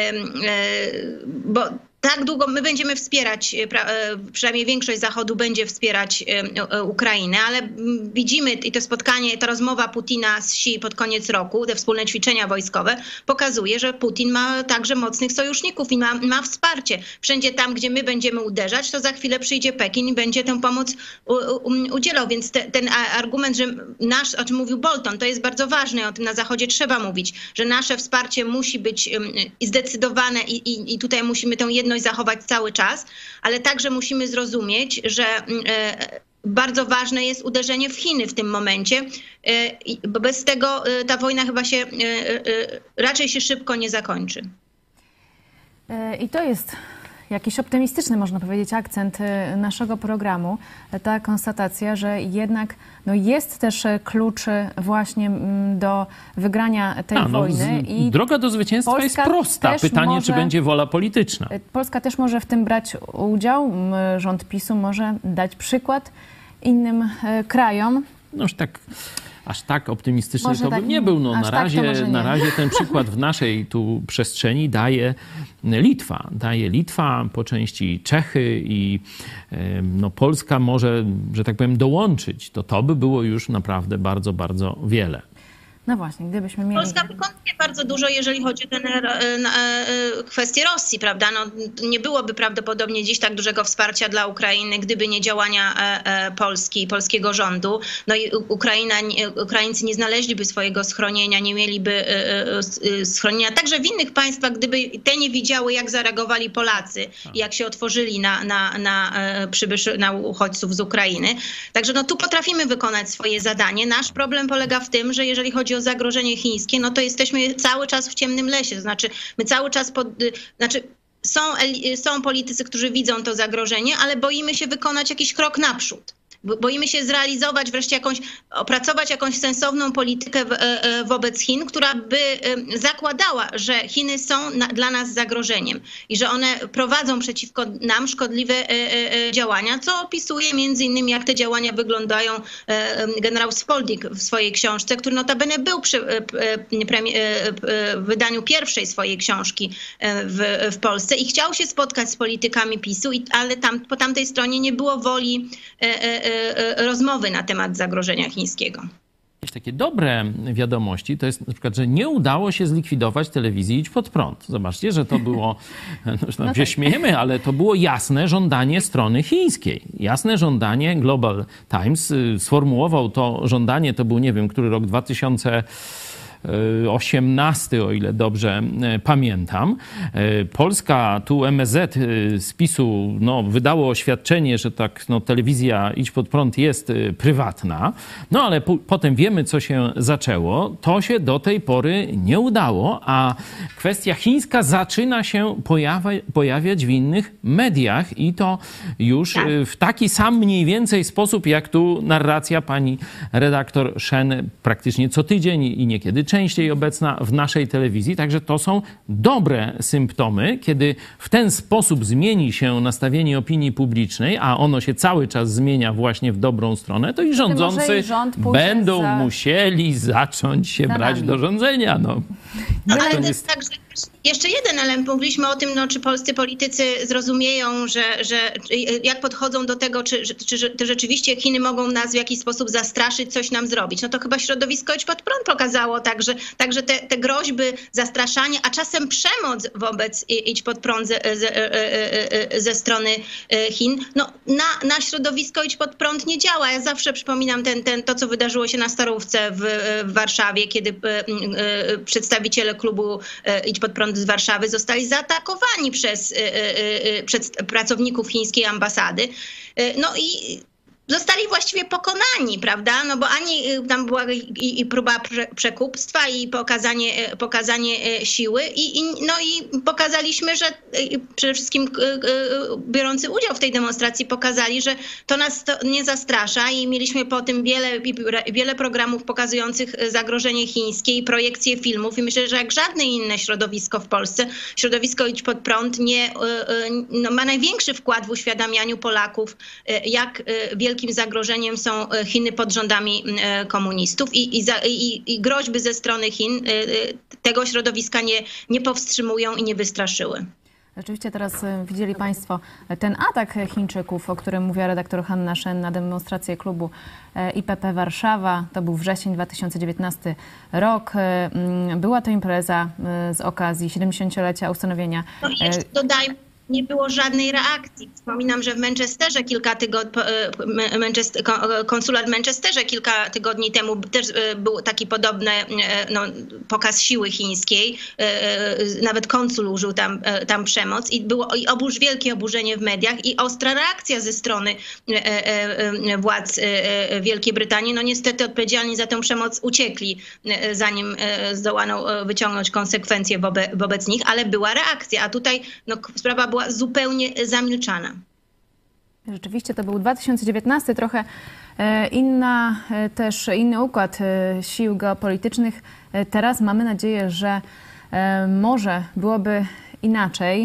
bo tak długo my będziemy wspierać, przynajmniej większość Zachodu będzie wspierać Ukrainę, ale widzimy i to spotkanie, ta rozmowa Putina z Xi pod koniec roku, te wspólne ćwiczenia wojskowe, pokazuje, że Putin ma także mocnych sojuszników i ma, ma wsparcie. Wszędzie tam, gdzie my będziemy uderzać, to za chwilę przyjdzie Pekin i będzie tę pomoc u, u, udzielał. Więc te, ten argument, że nasz, o czym mówił Bolton, to jest bardzo ważne, o tym na Zachodzie trzeba mówić, że nasze wsparcie musi być zdecydowane i, i, i tutaj musimy tę jedną zachować cały czas, ale także musimy zrozumieć, że bardzo ważne jest uderzenie w Chiny w tym momencie, bo bez tego ta wojna chyba się raczej się szybko nie zakończy. I to jest jakiś optymistyczny, można powiedzieć, akcent naszego programu. Ta konstatacja, że jednak no, jest też klucz właśnie do wygrania tej A, no, wojny. I droga do zwycięstwa Polska jest prosta. Pytanie, może, czy będzie wola polityczna. Polska też może w tym brać udział. Rząd PiSu może dać przykład innym krajom. No już tak... Aż tak optymistyczny może to tak, bym nie był. No, na, razie, tak na razie ten przykład w naszej tu przestrzeni daje Litwa. Daje Litwa, po części Czechy i no, Polska może, że tak powiem, dołączyć. To to by było już naprawdę bardzo, bardzo wiele. No właśnie, gdybyśmy mieli... Polska wykonuje bardzo dużo, jeżeli chodzi o ten, kwestię Rosji, prawda? No, nie byłoby prawdopodobnie dziś tak dużego wsparcia dla Ukrainy, gdyby nie działania Polski, polskiego rządu. No i Ukraina, Ukraińcy nie znaleźliby swojego schronienia, nie mieliby schronienia. Także w innych państwach, gdyby te nie widziały, jak zareagowali Polacy, jak się otworzyli na, na, na przybyszy, na uchodźców z Ukrainy. Także no, tu potrafimy wykonać swoje zadanie. Nasz problem polega w tym, że jeżeli chodzi o zagrożenie chińskie, no to jesteśmy cały czas w ciemnym lesie. To znaczy my cały czas, pod, znaczy są, są politycy, którzy widzą to zagrożenie, ale boimy się wykonać jakiś krok naprzód. Boimy się zrealizować wreszcie jakąś, opracować jakąś sensowną politykę wobec Chin, która by zakładała, że Chiny są na, dla nas zagrożeniem i że one prowadzą przeciwko nam szkodliwe działania, co opisuje między innymi, jak te działania wyglądają generał Spoldik w swojej książce, który notabene był przy wydaniu pierwszej swojej książki w, w Polsce i chciał się spotkać z politykami PiSu, ale tam, po tamtej stronie nie było woli rozmowy na temat zagrożenia chińskiego. Jakieś takie dobre wiadomości to jest na przykład, że nie udało się zlikwidować telewizji Idź Pod Prąd. Zobaczcie, że to było, no, no się tak. śmiejemy, ale to było jasne żądanie strony chińskiej. Jasne żądanie. Global Times sformułował to żądanie, to był, nie wiem, który rok, dwa tysiące osiemnasty, o ile dobrze pamiętam. Polska, tu M S Z z PiSu no, wydało oświadczenie, że tak no, telewizja Idź Pod Prąd jest prywatna, no ale po, potem wiemy, co się zaczęło. To się do tej pory nie udało, a kwestia chińska zaczyna się pojawia, pojawiać w innych mediach i to już tak. w taki sam mniej więcej sposób, jak tu narracja pani redaktor Shen praktycznie co tydzień i niekiedy częściej obecna w naszej telewizji. Także to są dobre symptomy, kiedy w ten sposób zmieni się nastawienie opinii publicznej, a ono się cały czas zmienia właśnie w dobrą stronę, to i rządzący będą za... musieli zacząć się za brać nami. do rządzenia. No. No, ale to jest tak, że jeszcze jeden element. Mówiliśmy o tym, no, czy polscy politycy zrozumieją, że, że jak podchodzą do tego, czy, czy, czy rzeczywiście Chiny mogą nas w jakiś sposób zastraszyć, coś nam zrobić. No to chyba środowisko Idź Pod Prąd pokazało także, także te, te groźby, zastraszanie, a czasem przemoc wobec Idź Pod Prąd ze, ze, ze strony Chin. No, na, na środowisko Idź Pod Prąd nie działa. Ja zawsze przypominam ten, ten, to, co wydarzyło się na Starówce w, w Warszawie, kiedy przedstawiciele klubu Idź Pod Prąd z Warszawy zostali zaatakowani przez, przez pracowników chińskiej ambasady. No i zostali właściwie pokonani, prawda? No bo ani tam była i, i próba prze, przekupstwa i pokazanie, pokazanie siły i, i, no i pokazaliśmy, że przede wszystkim biorący udział w tej demonstracji pokazali, że to nas to nie zastrasza i mieliśmy po tym wiele, wiele programów pokazujących zagrożenie chińskie i projekcje filmów i myślę, że jak żadne inne środowisko w Polsce, środowisko Idź Pod Prąd nie, no, ma największy wkład w uświadamianiu Polaków, jak wielki zagrożeniem są Chiny pod rządami komunistów i, i, i, i groźby ze strony Chin tego środowiska nie, nie powstrzymują i nie wystraszyły. Rzeczywiście teraz widzieli Państwo ten atak Chińczyków, o którym mówiła redaktor Hanna Shen na demonstrację klubu I P P Warszawa. To był wrzesień dwa tysiące dziewiętnasty rok. Była to impreza z okazji siedemdziesięciolecia ustanowienia. No i jeszcze dodajmy, nie było żadnej reakcji. Wspominam, że w Manchesterze kilka tygodni, Manchester, konsulat w Manchesterze kilka tygodni temu też był taki podobny no, pokaz siły chińskiej. Nawet konsul użył tam, tam przemoc i było i obóz, wielkie oburzenie w mediach i ostra reakcja ze strony władz Wielkiej Brytanii. No niestety odpowiedzialni za tę przemoc uciekli, zanim zdołano wyciągnąć konsekwencje wobec, wobec nich, ale była reakcja, a tutaj no, sprawa była zupełnie zamilczana. Rzeczywiście to był dwa tysiące dziewiętnasty, trochę inna, też inny układ sił geopolitycznych. Teraz mamy nadzieję, że może byłoby inaczej.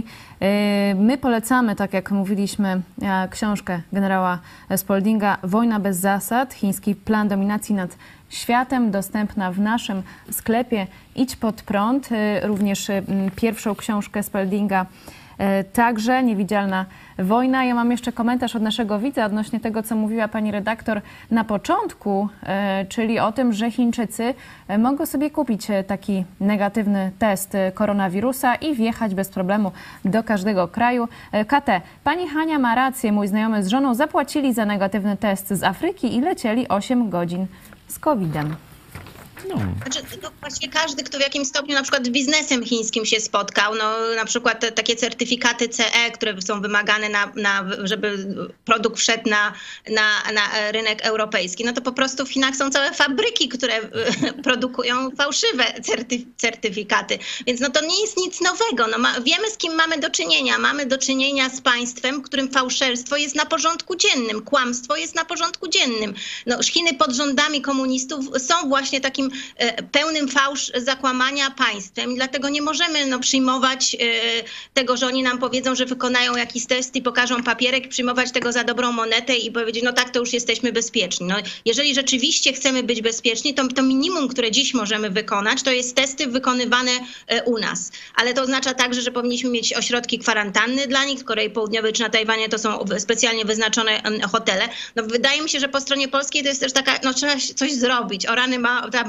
My polecamy, tak jak mówiliśmy, książkę generała Spaldinga Wojna bez zasad, chiński plan dominacji nad światem, dostępna w naszym sklepie Idź Pod Prąd. Również pierwszą książkę Spaldinga także Niewidzialna wojna. Ja mam jeszcze komentarz od naszego widza odnośnie tego, co mówiła pani redaktor na początku, czyli o tym, że Chińczycy mogą sobie kupić taki negatywny test koronawirusa i wjechać bez problemu do każdego kraju. K T. Pani Hania ma rację, mój znajomy z żoną zapłacili za negatywny test z Afryki i lecieli osiem godzin z kowidem. No. Znaczy, to właśnie każdy, kto w jakimś stopniu na przykład z biznesem chińskim się spotkał, no na przykład te, takie certyfikaty C E, które są wymagane, na, na, żeby produkt wszedł na, na, na rynek europejski, no to po prostu w Chinach są całe fabryki, które produkują fałszywe certyf certyfikaty. Więc no to nie jest nic nowego. No ma, wiemy, z kim mamy do czynienia. Mamy do czynienia z państwem, w którym fałszerstwo jest na porządku dziennym, kłamstwo jest na porządku dziennym. No, Chiny pod rządami komunistów są właśnie takim pełnym fałsz zakłamania państwem i dlatego nie możemy no, przyjmować tego, że oni nam powiedzą, że wykonają jakiś test i pokażą papierek, przyjmować tego za dobrą monetę i powiedzieć, no tak, to już jesteśmy bezpieczni. No, jeżeli rzeczywiście chcemy być bezpieczni, to, to minimum, które dziś możemy wykonać, to jest testy wykonywane u nas. Ale to oznacza także, że powinniśmy mieć ośrodki kwarantanny dla nich. W Korei Południowej czy na Tajwanie to są specjalnie wyznaczone hotele. No, wydaje mi się, że po stronie polskiej to jest też taka, no trzeba coś zrobić. O rany ma, trzeba będzie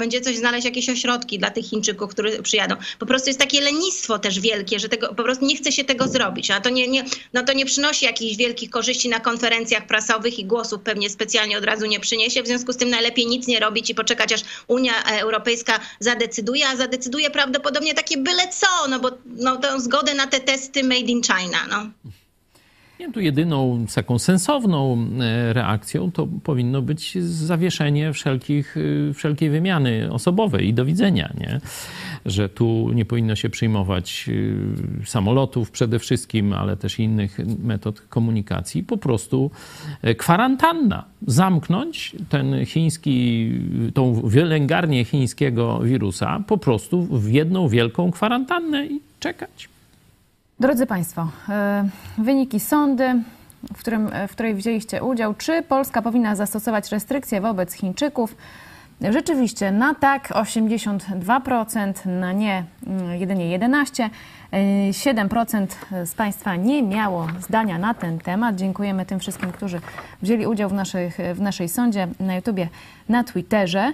będzie coś znaleźć, jakieś ośrodki dla tych Chińczyków, którzy przyjadą. Po prostu jest takie lenistwo też wielkie, że tego po prostu nie chce się tego zrobić. A to nie, nie, no to nie przynosi jakichś wielkich korzyści na konferencjach prasowych i głosów pewnie specjalnie od razu nie przyniesie. W związku z tym najlepiej nic nie robić i poczekać, aż Unia Europejska zadecyduje, a zadecyduje prawdopodobnie takie byle co, no bo no, tę zgodę na te testy made in China. No. Nie, tu jedyną taką sensowną reakcją to powinno być zawieszenie wszelkich, wszelkiej wymiany osobowej i do widzenia, nie? Że tu nie powinno się przyjmować samolotów przede wszystkim, ale też innych metod komunikacji. Po prostu kwarantanna. Zamknąć ten chiński, tą wylęgarnię chińskiego wirusa po prostu w jedną wielką kwarantannę i czekać. Drodzy Państwo, wyniki sądy, w, którym, w której wzięliście udział. Czy Polska powinna zastosować restrykcje wobec Chińczyków? Rzeczywiście na tak osiemdziesiąt dwa procent, na nie jedynie jedenaście procent. siedem procent z Państwa nie miało zdania na ten temat. Dziękujemy tym wszystkim, którzy wzięli udział w, naszych, w naszej sądzie na YouTubie, na Twitterze.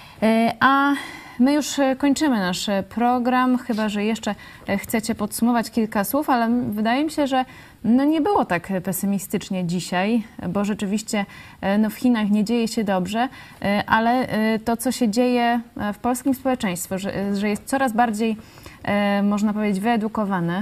A my już kończymy nasz program, chyba że jeszcze chcecie podsumować kilka słów, ale wydaje mi się, że no nie było tak pesymistycznie dzisiaj, bo rzeczywiście no w Chinach nie dzieje się dobrze, ale to, co się dzieje w polskim społeczeństwie, że, że jest coraz bardziej, można powiedzieć, wyedukowane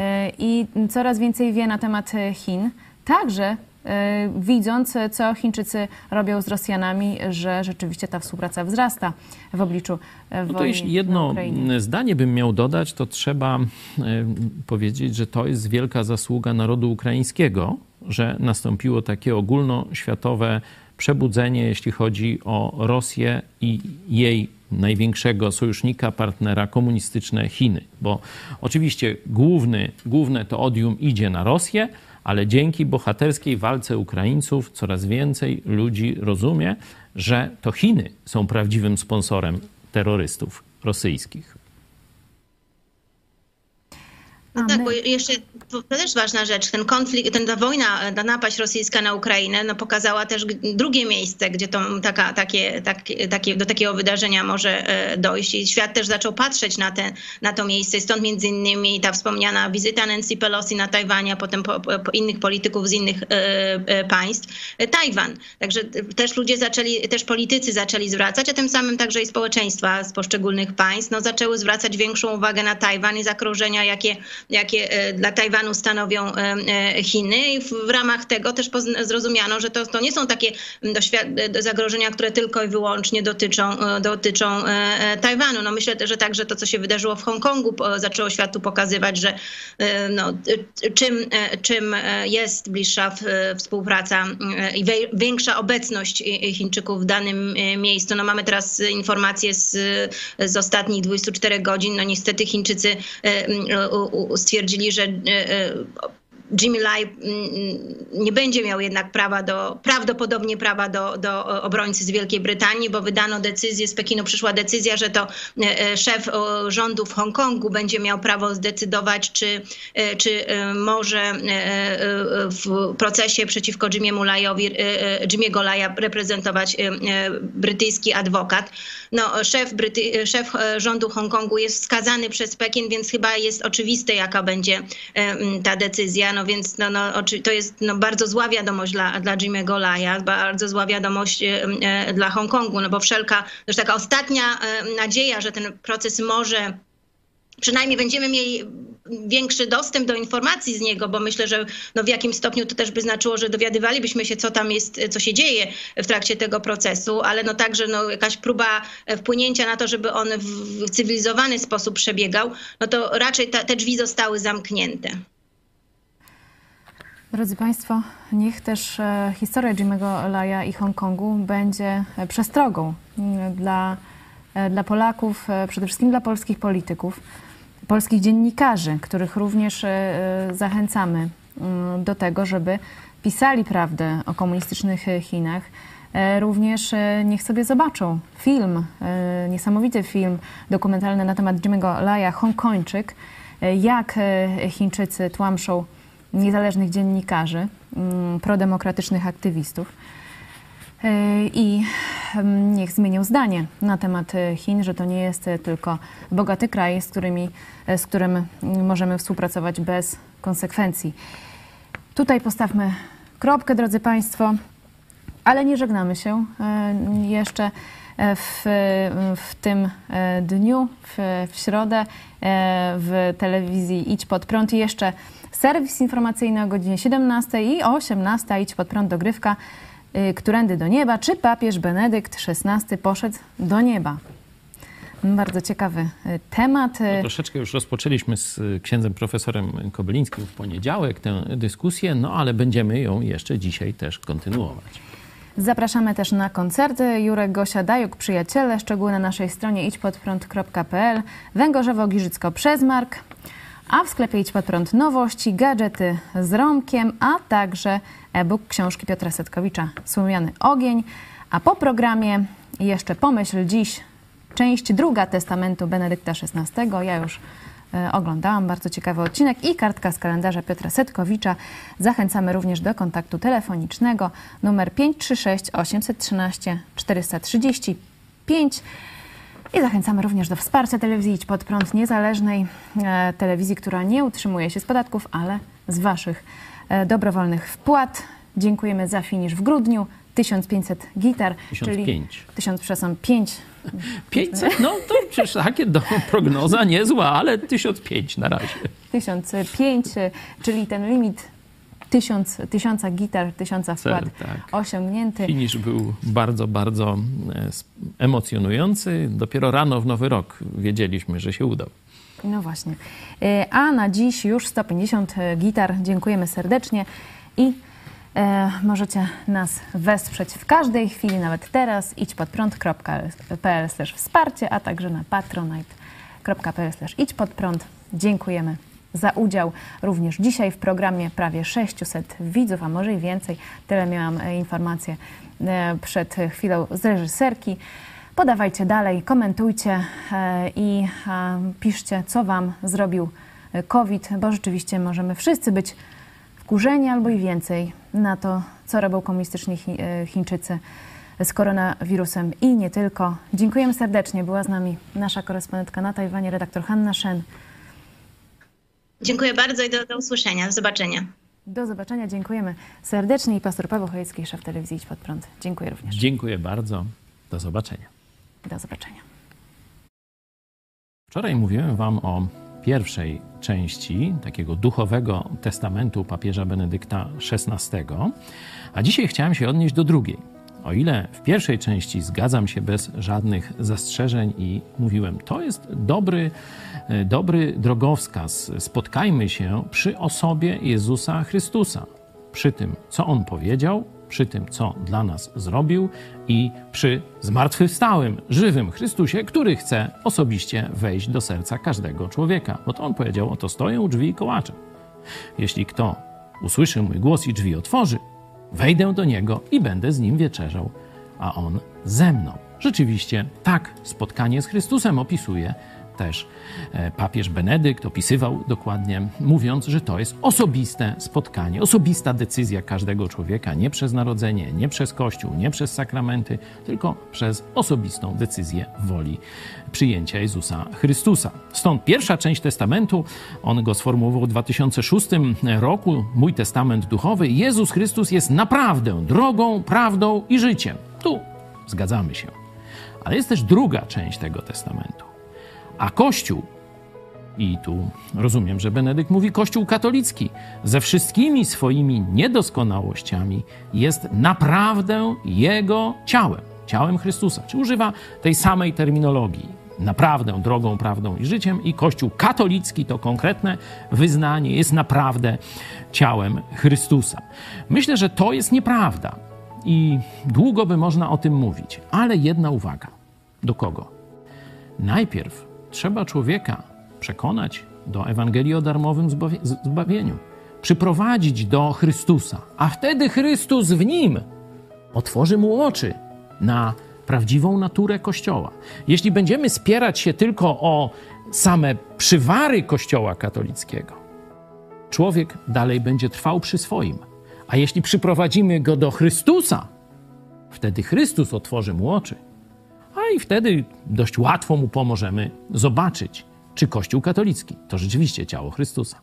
i coraz więcej wie na temat Chin, także widząc, co Chińczycy robią z Rosjanami, że rzeczywiście ta współpraca wzrasta w obliczu wojny. No to jeśli jedno zdanie bym miał dodać, to trzeba powiedzieć, że to jest wielka zasługa narodu ukraińskiego, że nastąpiło takie ogólnoświatowe przebudzenie, jeśli chodzi o Rosję i jej największego sojusznika, partnera, komunistyczne Chiny. Bo oczywiście główny, główne to odium idzie na Rosję, ale dzięki bohaterskiej walce Ukraińców coraz więcej ludzi rozumie, że to Chiny są prawdziwym sponsorem terrorystów rosyjskich. No tak, bo jeszcze to też ważna rzecz, ten konflikt, ten, ta wojna, ta napaść rosyjska na Ukrainę no, pokazała też drugie miejsce, gdzie to, taka, takie, takie, takie, do takiego wydarzenia może dojść i świat też zaczął patrzeć na, te, na to miejsce. Stąd między innymi ta wspomniana wizyta Nancy Pelosi na Tajwanie, a potem po, po innych polityków z innych e, państw, Tajwan. Także też ludzie zaczęli, też politycy zaczęli zwracać, a tym samym także i społeczeństwa z poszczególnych państw no, zaczęły zwracać większą uwagę na Tajwan i zagrożenia, jakie jakie dla Tajwanu stanowią Chiny i w ramach tego też zrozumiano, że to, to nie są takie zagrożenia, które tylko i wyłącznie dotyczą, dotyczą Tajwanu. No myślę, że także to, co się wydarzyło w Hongkongu, zaczęło światu pokazywać, że no, czym, czym jest bliższa współpraca i większa obecność Chińczyków w danym miejscu. No mamy teraz informacje z, z ostatnich dwudziestu czterech godzin. No niestety Chińczycy stwierdzili, że Jimmy Lai nie będzie miał jednak prawa do, prawdopodobnie prawa do, do obrońcy z Wielkiej Brytanii, bo wydano decyzję, z Pekinu przyszła decyzja, że to szef rządu w Hongkongu będzie miał prawo zdecydować, czy, czy może w procesie przeciwko Jimmy'emu Laiowi, Jimmy'ego Laia reprezentować brytyjski adwokat. No, szef, Bryty, szef rządu Hongkongu jest wskazany przez Pekin, więc chyba jest oczywiste, jaka będzie ta decyzja. No więc no, no, to jest no, bardzo zła wiadomość dla, dla Jimmy'ego Laia, bardzo zła wiadomość e, dla Hongkongu, no bo wszelka, też taka ostatnia e, nadzieja, że ten proces może, przynajmniej będziemy mieli większy dostęp do informacji z niego, bo myślę, że no w jakimś stopniu to też by znaczyło, że dowiadywalibyśmy się, co tam jest, co się dzieje w trakcie tego procesu, ale no także no jakaś próba wpłynięcia na to, żeby on w cywilizowany sposób przebiegał, no to raczej ta, te drzwi zostały zamknięte. Drodzy Państwo, niech też historia Jimmy'ego Laia i Hongkongu będzie przestrogą dla, dla Polaków, przede wszystkim dla polskich polityków, polskich dziennikarzy, których również zachęcamy do tego, żeby pisali prawdę o komunistycznych Chinach. Również niech sobie zobaczą film, niesamowity film dokumentalny na temat Jimmy'ego Laia, Hongkończyk, jak Chińczycy tłamszą niezależnych dziennikarzy, prodemokratycznych aktywistów. I niech zmienią zdanie na temat Chin, że to nie jest tylko bogaty kraj, z, którymi, z którym możemy współpracować bez konsekwencji. Tutaj postawmy kropkę, drodzy Państwo, ale nie żegnamy się jeszcze w, w tym dniu, w, w środę w telewizji Idź Pod Prąd i jeszcze serwis informacyjny o godzinie siedemnastej i o osiemnastej Idź Pod Prąd dogrywka Którędy do nieba, czy papież Benedykt szesnasty poszedł do nieba. Bardzo ciekawy temat. No, troszeczkę już rozpoczęliśmy z księdzem profesorem Kobylińskim w poniedziałek tę dyskusję, no ale będziemy ją jeszcze dzisiaj też kontynuować. Zapraszamy też na koncerty. Jurek, Gosia, Dajuk, Przyjaciele. Szczegóły na naszej stronie idź pod prąd kropka p l. Węgorzewo-Giżycko-Przezmark. A w sklepie Idź Pod Prąd nowości, gadżety z Romkiem, a także e-book książki Piotra Setkowicza Słomiany ogień. A po programie jeszcze Pomyśl dziś, część druga Testamentu Benedykta szesnastego. Ja już e, oglądałam, bardzo ciekawy odcinek i kartka z kalendarza Piotra Setkowicza. Zachęcamy również do kontaktu telefonicznego numer pięć trzy sześć osiem jeden trzy cztery trzy pięć. I zachęcamy również do wsparcia telewizji Idź Pod Prąd, niezależnej e, telewizji, która nie utrzymuje się z podatków, ale z Waszych e, dobrowolnych wpłat. Dziękujemy za finisz w grudniu. tysiąc pięćset gitar, tysiąc czyli pięć. tysiąc, przepraszam, pięć. pięćset? No to przecież takie do, prognoza niezła, ale tysiąc pięć na razie. tysiąc pięć, czyli ten limit tysiąc, tysiąca gitar, tysiąca wkład tak. osiągnięty. Finisz był bardzo, bardzo emocjonujący. Dopiero rano w Nowy Rok wiedzieliśmy, że się udał. No właśnie. A na dziś już sto pięćdziesiąt gitar. Dziękujemy serdecznie i e, możecie nas wesprzeć w każdej chwili, nawet teraz. idź pod prąd kropka p l slash wsparcie, a także na patronite kropka p l slash idź pod prąd. Dziękujemy za udział również dzisiaj w programie. Prawie sześćset widzów, a może i więcej. Tyle miałam informację przed chwilą z reżyserki. Podawajcie dalej, komentujcie i piszcie, co Wam zrobił COVID, bo rzeczywiście możemy wszyscy być wkurzeni albo i więcej na to, co robią komunistyczni Chińczycy z koronawirusem i nie tylko. Dziękujemy serdecznie. Była z nami nasza korespondentka na Tajwanie, redaktor Hanna Shen. Dziękuję bardzo i do, do usłyszenia. Do zobaczenia. Do zobaczenia. Dziękujemy serdecznie. I pastor Paweł Chojecki, szef telewizji Idź Pod Prąd. Dziękuję również. Dziękuję bardzo. Do zobaczenia. Do zobaczenia. Wczoraj mówiłem Wam o pierwszej części takiego duchowego testamentu papieża Benedykta szesnastego, a dzisiaj chciałem się odnieść do drugiej. O ile w pierwszej części zgadzam się bez żadnych zastrzeżeń i mówiłem, to jest dobry, dobry drogowskaz. Spotkajmy się przy osobie Jezusa Chrystusa, przy tym, co On powiedział, przy tym, co dla nas zrobił i przy zmartwychwstałym, żywym Chrystusie, który chce osobiście wejść do serca każdego człowieka. Bo to On powiedział, oto stoję u drzwi i kołaczę. Jeśli kto usłyszy mój głos i drzwi otworzy, wejdę do Niego i będę z Nim wieczerzał, a On ze mną. Rzeczywiście tak spotkanie z Chrystusem opisuje też papież Benedykt, opisywał dokładnie, mówiąc, że to jest osobiste spotkanie, osobista decyzja każdego człowieka, nie przez narodzenie, nie przez Kościół, nie przez sakramenty, tylko przez osobistą decyzję woli przyjęcia Jezusa Chrystusa. Stąd pierwsza część testamentu, on go sformułował w dwa tysiące szóstym roku, Mój Testament Duchowy. Jezus Chrystus jest naprawdę drogą, prawdą i życiem. Tu zgadzamy się. Ale jest też druga część tego testamentu. A Kościół, i tu rozumiem, że Benedykt mówi Kościół katolicki, ze wszystkimi swoimi niedoskonałościami jest naprawdę Jego ciałem, ciałem Chrystusa. Czy używa tej samej terminologii, naprawdę drogą, prawdą i życiem, i Kościół katolicki, to konkretne wyznanie, jest naprawdę ciałem Chrystusa. Myślę, że to jest nieprawda i długo by można o tym mówić, ale jedna uwaga. Do kogo? Najpierw trzeba człowieka przekonać do Ewangelii o darmowym zbawieniu, przyprowadzić do Chrystusa, a wtedy Chrystus w nim otworzy mu oczy na prawdziwą naturę Kościoła. Jeśli będziemy spierać się tylko o same przywary Kościoła katolickiego, człowiek dalej będzie trwał przy swoim. A jeśli przyprowadzimy go do Chrystusa, Wtedy Chrystus otworzy mu oczy. A i wtedy dość łatwo mu pomożemy zobaczyć, czy Kościół katolicki to rzeczywiście ciało Chrystusa.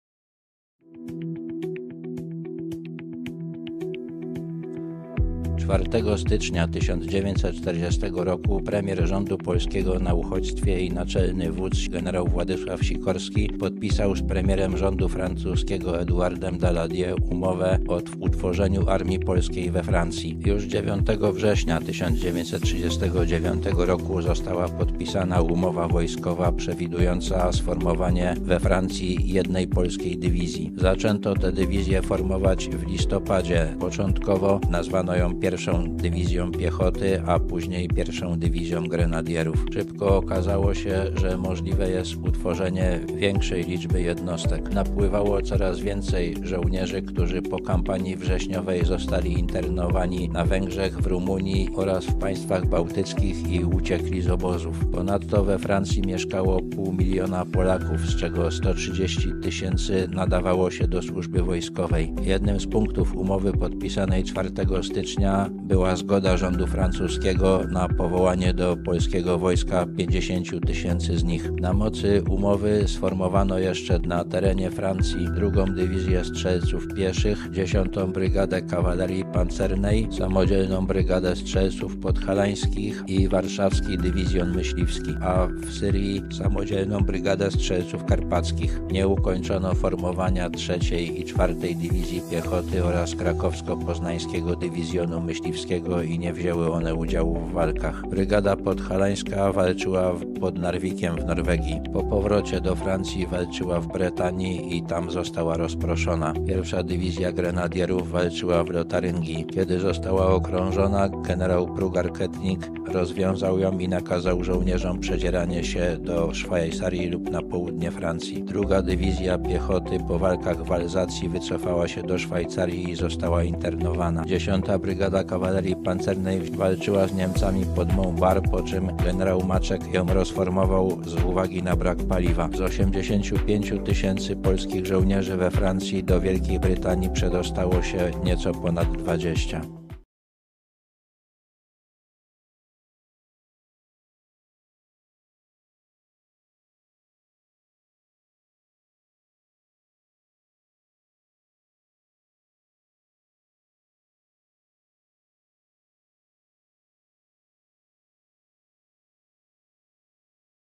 czwartego stycznia tysiąc dziewięćset czterdziestego roku premier rządu polskiego na uchodźstwie i naczelny wódz generał Władysław Sikorski podpisał z premierem rządu francuskiego Eduardem Daladier umowę o utworzeniu Armii Polskiej we Francji. Już dziewiątego września tysiąc dziewięćset trzydziestego dziewiątego roku została podpisana umowa wojskowa przewidująca sformowanie we Francji jednej polskiej dywizji. Zaczęto tę dywizję formować w listopadzie. Początkowo nazwano ją pierwszą dywizją piechoty, a później pierwszą dywizją grenadierów. Szybko okazało się, że możliwe jest utworzenie większej liczby jednostek. Napływało coraz więcej żołnierzy, którzy po kampanii wrześniowej zostali internowani na Węgrzech, w Rumunii oraz w państwach bałtyckich i uciekli z obozów. Ponadto we Francji mieszkało pół miliona Polaków, z czego sto trzydzieści tysięcy nadawało się do służby wojskowej. Jednym z punktów umowy podpisanej czwartego stycznia była zgoda rządu francuskiego na powołanie do polskiego wojska pięćdziesięciu tysięcy z nich. Na mocy umowy sformowano jeszcze na terenie Francji drugą dywizję strzelców pieszych, dziesiątą brygadę kawalerii pancernej, samodzielną brygadę strzelców podhalańskich i warszawski dywizjon myśliwski, a w Syrii samodzielną brygadę strzelców karpackich. Nie ukończono formowania trzeciej i czwartej dywizji piechoty oraz krakowsko-poznańskiego dywizjonu myśliwskiego i nie wzięły one udziału w walkach. Brygada podhalańska walczyła pod Narwikiem w Norwegii. Po powrocie do Francji walczyła w Bretanii i tam została rozproszona. Pierwsza dywizja grenadierów walczyła w Lotaryngii. Kiedy została okrążona, generał Prugar-Ketnik rozwiązał ją i nakazał żołnierzom przedzieranie się do Szwajcarii lub na południe Francji. Druga dywizja piechoty po walkach w Alzacji wycofała się do Szwajcarii i została internowana. Dziesiąta brygada kawalerii pancernej walczyła z Niemcami pod Montbar, po czym generał Maczek ją rozformował z uwagi na brak paliwa. Z osiemdziesięciu pięciu tysięcy polskich żołnierzy we Francji do Wielkiej Brytanii przedostało się nieco ponad dwadzieścia.